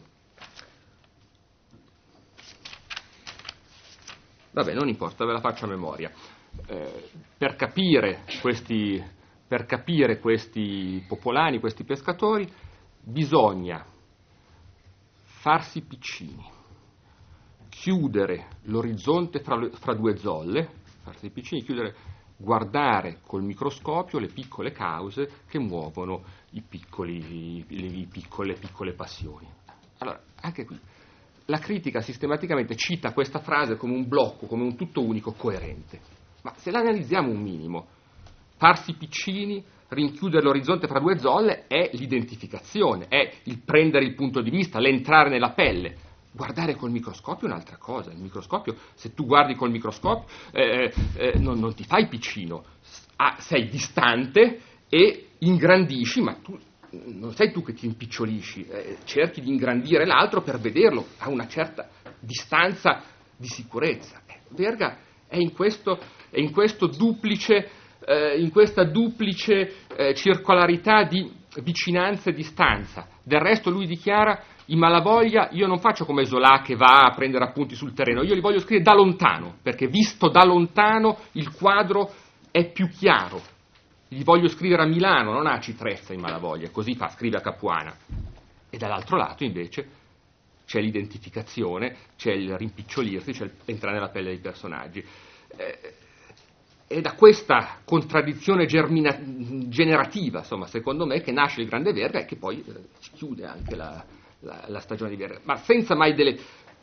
vabbè, non importa, ve la faccio a memoria, eh, per capire questi Per capire questi popolani, questi pescatori, bisogna farsi piccini, chiudere l'orizzonte fra, le, fra due zolle, farsi piccini, chiudere, guardare col microscopio le piccole cause che muovono i piccoli, i, i piccole, le piccole passioni. Allora, anche qui, la critica sistematicamente cita questa frase come un blocco, come un tutto unico coerente, ma se la analizziamo un minimo, farsi piccini rinchiudere l'orizzonte fra due zolle è l'identificazione, è il prendere il punto di vista, l'entrare nella pelle. Guardare col microscopio è un'altra cosa. Il microscopio, se tu guardi col microscopio, eh, eh, non, non ti fai piccino, ah, sei distante e ingrandisci, ma tu non sei tu che ti impicciolisci, eh, cerchi di ingrandire l'altro per vederlo a una certa distanza di sicurezza. Eh, Verga è in questo, è in questo duplice, eh, in questa duplice eh, circolarità di vicinanza e distanza. Del resto lui dichiara: in Malavoglia io non faccio come Zola che va a prendere appunti sul terreno, io li voglio scrivere da lontano, perché visto da lontano il quadro è più chiaro. Li voglio scrivere a Milano, non a Citrezza in Malavoglia, così fa, scrive a Capuana. E dall'altro lato invece c'è l'identificazione, c'è il rimpicciolirsi, c'è entrare nella pelle dei personaggi. Eh, è da questa contraddizione germina- generativa, insomma, secondo me, che nasce il grande Verga e che poi eh, si chiude anche la, la, la stagione di Verga, ma senza mai delle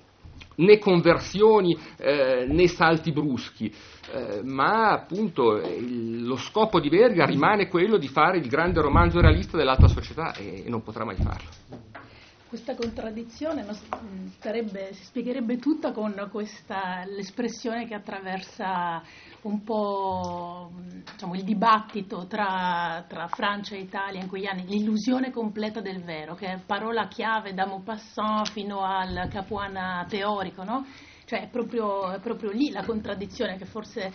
né conversioni eh, né salti bruschi, eh, ma appunto il, lo scopo di Verga rimane quello di fare il grande romanzo realista dell'alta società e, e non potrà mai farlo. Questa contraddizione non sarebbe, si spiegherebbe tutta con questa, l'espressione che attraversa un po', diciamo, il dibattito tra, tra Francia e Italia in quegli anni, l'illusione completa del vero, che è parola chiave da Maupassant fino al Capuana teorico, no? Cioè è proprio, è proprio lì la contraddizione che forse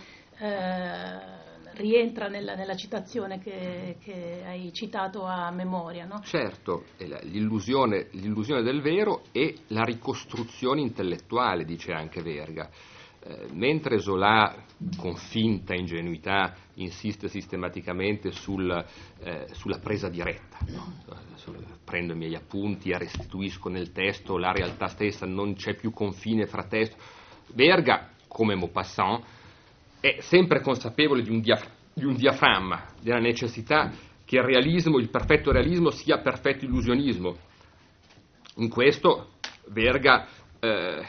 eh, rientra nella, nella citazione che, che hai citato a memoria, no? Certo, è la- l'illusione, l'illusione del vero e la ricostruzione intellettuale, dice anche Verga. Eh, mentre Zola, con finta ingenuità, insiste sistematicamente sul, eh, sulla presa diretta, no? Sul- prendo i miei appunti e restituisco nel testo la realtà stessa, non c'è più confine fra testo. Verga, come Maupassant, è sempre consapevole di un, diaf- di un diaframma, della necessità che il realismo, il perfetto realismo, sia perfetto illusionismo. In questo Verga, eh,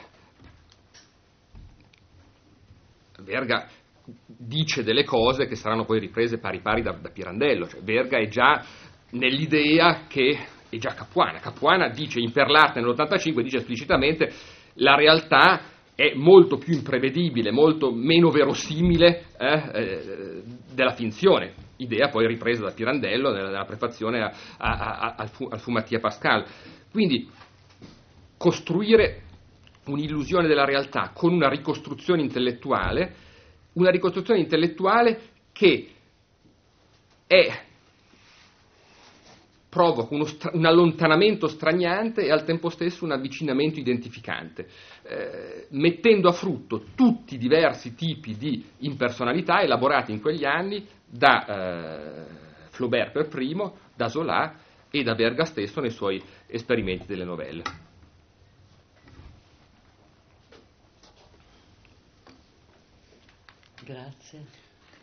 Verga dice delle cose che saranno poi riprese pari pari da, da Pirandello. Cioè, Verga è già nell'idea che è già Capuana. Capuana dice in Perlarte nell'ottantacinque, dice esplicitamente: la realtà è molto più imprevedibile, molto meno verosimile eh, eh, della finzione, idea poi ripresa da Pirandello nella, nella prefazione a, a, a, al, fu, al Fumattia Pascal. Quindi costruire un'illusione della realtà con una ricostruzione intellettuale, una ricostruzione intellettuale che è provoca uno stra- un allontanamento straniante e al tempo stesso un avvicinamento identificante, eh, mettendo a frutto tutti i diversi tipi di impersonalità elaborati in quegli anni da eh, Flaubert per primo, da Zola e da Verga stesso nei suoi esperimenti delle novelle. Grazie.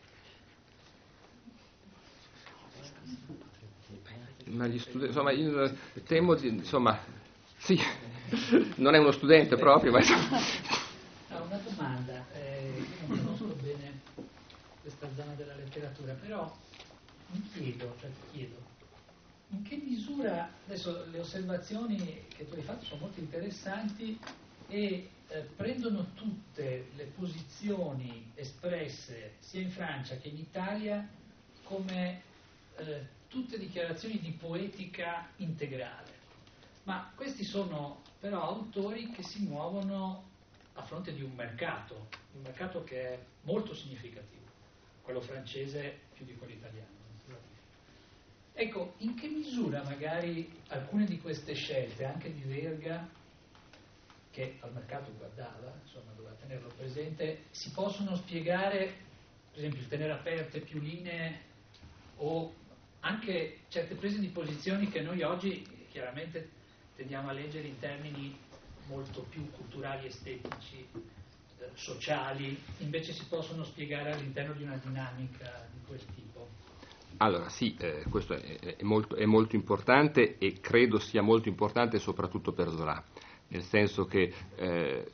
Ma gli studenti, insomma, io temo di, insomma, sì, non è uno studente proprio, ma No, una domanda, eh, io non conosco bene questa zona della letteratura, però mi chiedo, cioè ti chiedo, in che misura, adesso le osservazioni che tu hai fatto sono molto interessanti e eh, prendono tutte le posizioni espresse sia in Francia che in Italia come eh, tutte dichiarazioni di poetica integrale, ma questi sono però autori che si muovono a fronte di un mercato, un mercato che è molto significativo, quello francese più di quello italiano. Ecco, in che misura magari alcune di queste scelte, anche di Verga, che al mercato guardava, insomma doveva tenerlo presente, si possono spiegare, per esempio il tenere aperte più linee o anche certe prese di posizioni che noi oggi chiaramente tendiamo a leggere in termini molto più culturali, estetici, eh, sociali, invece si possono spiegare all'interno di una dinamica di quel tipo. allora sì, eh, questo è, è, molto, è molto importante e credo sia molto importante soprattutto per Zola, nel senso che eh,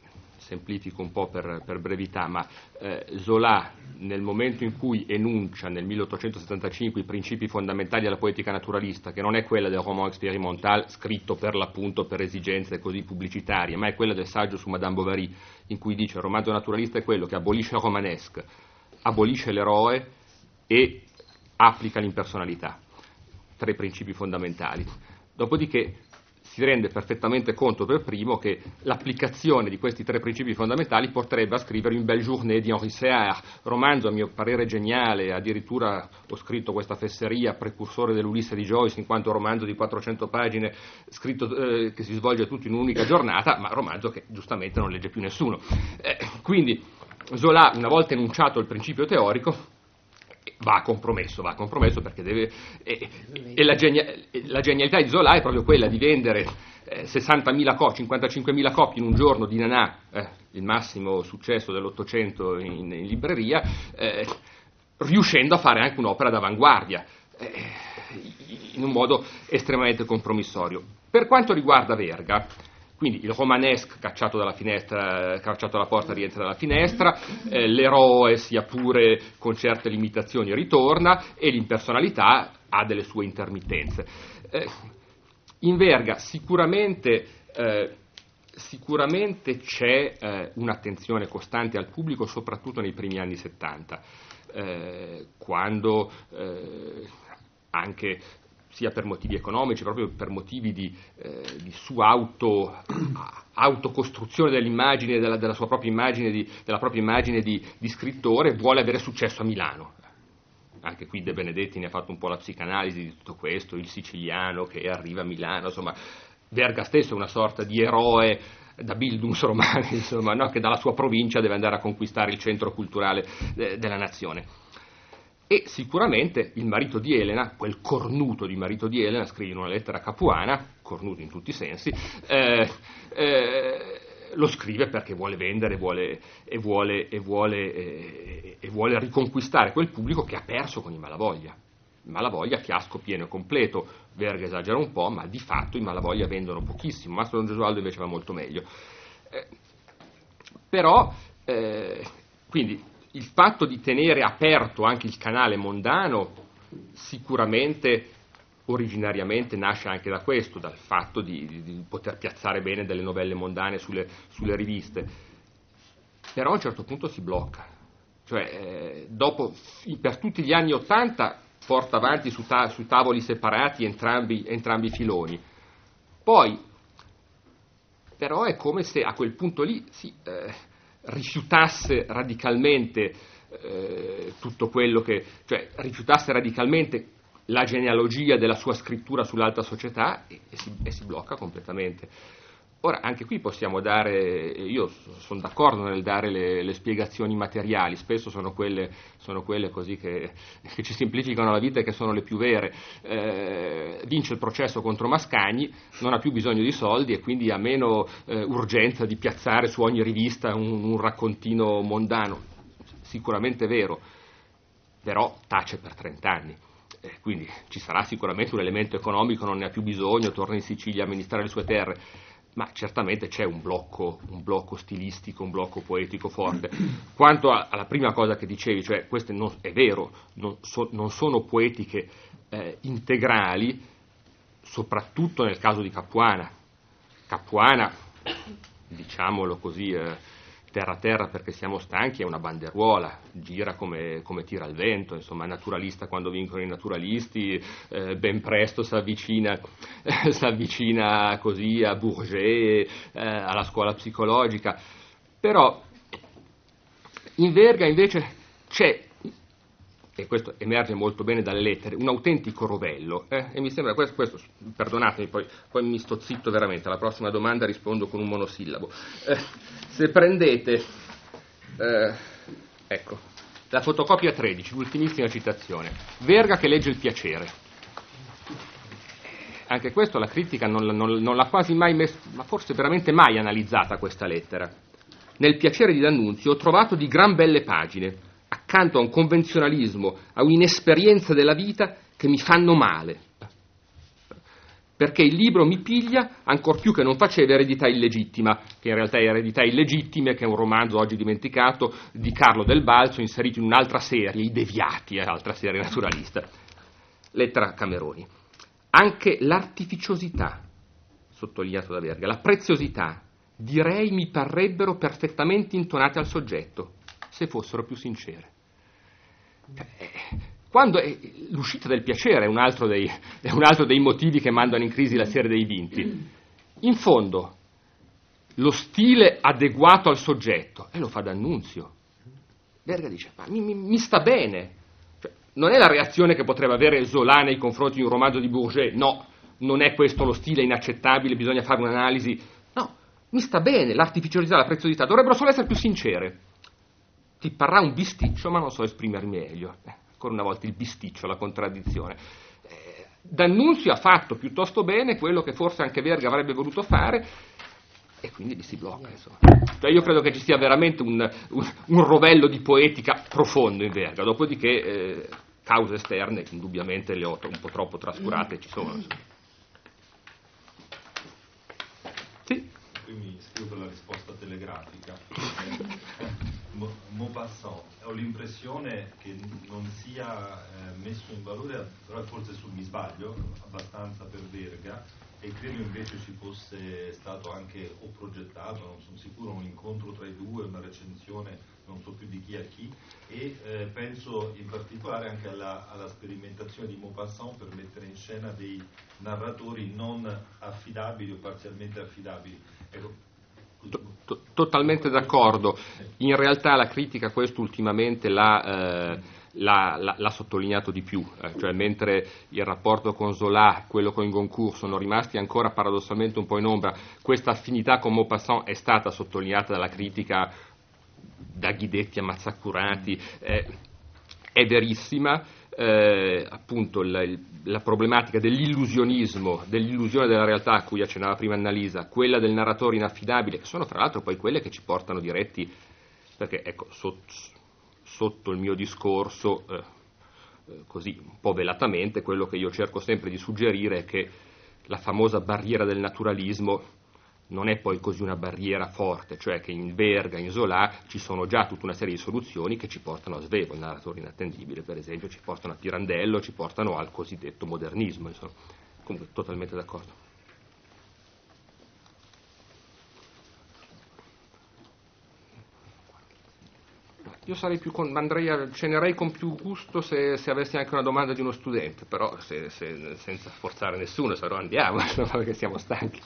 semplifico un po' per, per brevità, ma eh, Zola, nel momento in cui enuncia nel milleottocentosettantacinque i principi fondamentali della poetica naturalista, che non è quella del roman expérimental scritto per l'appunto per esigenze così pubblicitarie, ma è quella del saggio su Madame Bovary, in cui dice: il romanzo naturalista è quello che abolisce il romanesque, abolisce l'eroe e applica l'impersonalità, tre principi fondamentali. Dopodiché si rende perfettamente conto per primo che l'applicazione di questi tre principi fondamentali porterebbe a scrivere Une belle journée di Henri Séard, romanzo a mio parere geniale, addirittura ho scritto questa fesseria, precursore dell'Ulisse di Joyce, in quanto romanzo di quattrocento pagine scritto, eh, che si svolge tutto in un'unica giornata, ma romanzo che giustamente non legge più nessuno. Eh, quindi Zola, una volta enunciato il principio teorico, va a compromesso, va a compromesso perché deve... E, e la, genia, la genialità di Zola è proprio quella di vendere eh, sessantamila copie, cinquantacinquemila copie in un giorno di Nanà, eh, il massimo successo dell'Ottocento in, in libreria, eh, riuscendo a fare anche un'opera d'avanguardia, eh, in un modo estremamente compromissorio. Per quanto riguarda Verga, quindi il romanesque cacciato dalla finestra, cacciato dalla porta rientra dalla finestra, eh, l'eroe sia pure con certe limitazioni ritorna e l'impersonalità ha delle sue intermittenze. Eh, in Verga sicuramente, eh, sicuramente c'è eh, un'attenzione costante al pubblico, soprattutto nei primi anni settanta, eh, quando eh, anche sia per motivi economici, proprio per motivi di, eh, di sua auto, autocostruzione dell'immagine, della, della sua propria immagine, di, della propria immagine di, di scrittore, vuole avere successo a Milano. Anche qui De Benedetti ne ha fatto un po' la psicanalisi di tutto questo, il siciliano che arriva a Milano, insomma, Verga stesso è una sorta di eroe da Bildungsroman, insomma, no? Che dalla sua provincia deve andare a conquistare il centro culturale eh, della nazione. E sicuramente il marito di Elena, quel cornuto di marito di Elena, scrive in una lettera a Capuana, cornuto in tutti i sensi, eh, eh, lo scrive perché vuole vendere vuole, e, vuole, e, vuole, eh, e vuole riconquistare quel pubblico che ha perso con i Malavoglia. I Malavoglia, fiasco pieno e completo, Verga esagera un po', ma di fatto i Malavoglia vendono pochissimo, Mastro Don Gesualdo invece va molto meglio. Eh, però, eh, quindi, il fatto di tenere aperto anche il canale mondano sicuramente originariamente nasce anche da questo, dal fatto di, di, di poter piazzare bene delle novelle mondane sulle, sulle riviste, però a un certo punto si blocca, cioè eh, dopo, per tutti gli anni Ottanta porta avanti su, ta- su tavoli separati entrambi, entrambi i filoni, poi però è come se a quel punto lì si... Eh, rifiutasse radicalmente eh, tutto quello che, cioè rifiutasse radicalmente la genealogia della sua scrittura sull'alta società e, e, si, e si blocca completamente. Ora, anche qui possiamo dare, io sono d'accordo nel dare le, le spiegazioni materiali, spesso sono quelle, sono quelle così che, che ci semplificano la vita e che sono le più vere. Eh, vince il processo contro Mascagni, non ha più bisogno di soldi e quindi ha meno eh, urgenza di piazzare su ogni rivista un, un raccontino mondano. Sicuramente vero, però tace per trent'anni. Eh, quindi ci sarà sicuramente un elemento economico, non ne ha più bisogno, torna in Sicilia a amministrare le sue terre. Ma certamente c'è un blocco, un blocco stilistico, un blocco poetico forte. Quanto a, alla prima cosa che dicevi, cioè queste non, è vero, non, so, non sono poetiche eh, integrali, soprattutto nel caso di Capuana. Capuana, diciamolo così, eh, terra a terra perché siamo stanchi, è una banderuola, gira come, come tira il vento, insomma, naturalista quando vincono i naturalisti, eh, ben presto si avvicina, eh, si avvicina così a Bourget, eh, alla scuola psicologica, però in Verga invece c'è, e questo emerge molto bene dalle lettere, un autentico rovello, eh? E mi sembra, questo, questo perdonatemi, poi, poi mi sto zitto veramente, alla prossima domanda rispondo con un monosillabo. Eh, se prendete, eh, ecco, la fotocopia tredici, l'ultimissima citazione, Verga che legge il piacere. Anche questo la critica non, non, non l'ha quasi mai messo, ma forse veramente mai analizzata questa lettera. Nel piacere di D'Annunzio ho trovato di gran belle pagine, accanto a un convenzionalismo, a un'inesperienza della vita che mi fanno male. perché il libro mi piglia ancor più che non faceva Eredità illegittima, che in realtà è Eredità illegittime, che è un romanzo oggi dimenticato di Carlo Del Balzo, inserito in un'altra serie, I Deviati, altra serie naturalista. Lettera Cameroni. Anche l'artificiosità, sottolineato da Verga, la preziosità, direi mi parrebbero perfettamente intonate al soggetto, se fossero più sincere. Quando è, l'uscita del piacere è un, altro dei, è un altro dei motivi che mandano in crisi la serie dei vinti. In fondo, lo stile adeguato al soggetto, e lo fa D'Annunzio. Verga dice, ma mi, mi, mi sta bene. Cioè, non è la reazione che potrebbe avere Zola nei confronti di un romanzo di Bourget, no, non è questo lo stile inaccettabile, bisogna fare un'analisi. No, mi sta bene, l'artificialità, la preziosità, dovrebbero solo essere più sincere. Ti parrà un bisticcio, ma non so esprimermi meglio. Eh, ancora una volta il bisticcio, la contraddizione. Eh, D'Annunzio ha fatto piuttosto bene quello che forse anche Verga avrebbe voluto fare, e quindi li si blocca, insomma. Cioè io credo che ci sia veramente un, un, un rovello di poetica profondo in Verga, dopodiché eh, cause esterne, indubbiamente le ho un po' troppo trascurate, ci sono. Insomma. Sì. Qui mi scrivo per la risposta telegrafica. Maupassant, ho l'impressione che non sia eh, messo in valore, però forse su, mi sbaglio, abbastanza per Verga, e credo invece ci fosse stato anche, o progettato, non sono sicuro, un incontro tra i due, una recensione, non so più di chi a chi, e eh, penso in particolare anche alla, alla sperimentazione di Maupassant per mettere in scena dei narratori non affidabili o parzialmente affidabili. Ecco, totalmente d'accordo. In realtà la critica questo ultimamente l'ha, eh, l'ha, l'ha, l'ha sottolineato di più, eh, cioè mentre il rapporto con Zola, quello con Goncourt sono rimasti ancora paradossalmente un po' in ombra, questa affinità con Maupassant è stata sottolineata dalla critica da Guidetti a Mazzacurati, eh, è verissima. Eh, appunto la, la problematica dell'illusionismo, dell'illusione della realtà a cui accennava prima Annalisa, quella del narratore inaffidabile, che sono fra l'altro poi quelle che ci portano diretti, perché ecco, sotto, sotto il mio discorso, eh, eh, così un po' velatamente, quello che io cerco sempre di suggerire è che la famosa barriera del naturalismo non è poi così una barriera forte, cioè che in Verga, in Zola ci sono già tutta una serie di soluzioni che ci portano a Svevo, il narratore inattendibile per esempio, ci portano a Pirandello, ci portano al cosiddetto modernismo, insomma. Comunque totalmente d'accordo. Io sarei più con, andrei a, cenerei con più gusto se, se avessi anche una domanda di uno studente, però se, se, senza forzare nessuno, se no andiamo, perché siamo stanchi.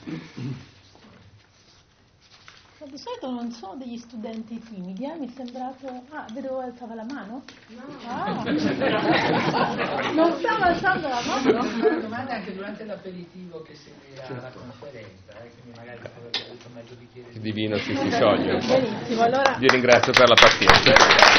Di solito non sono degli studenti timidi, eh? Mi è sembrato... Ah, vedo alzava la mano? No. Ah. Non stava alzando la mano? Una domanda anche durante l'aperitivo che seguirà certo. La conferenza, eh? Quindi magari avuto mezzo bicchiere di... Il divino ci si scioglie. Benissimo, allora... Vi ringrazio per la pazienza.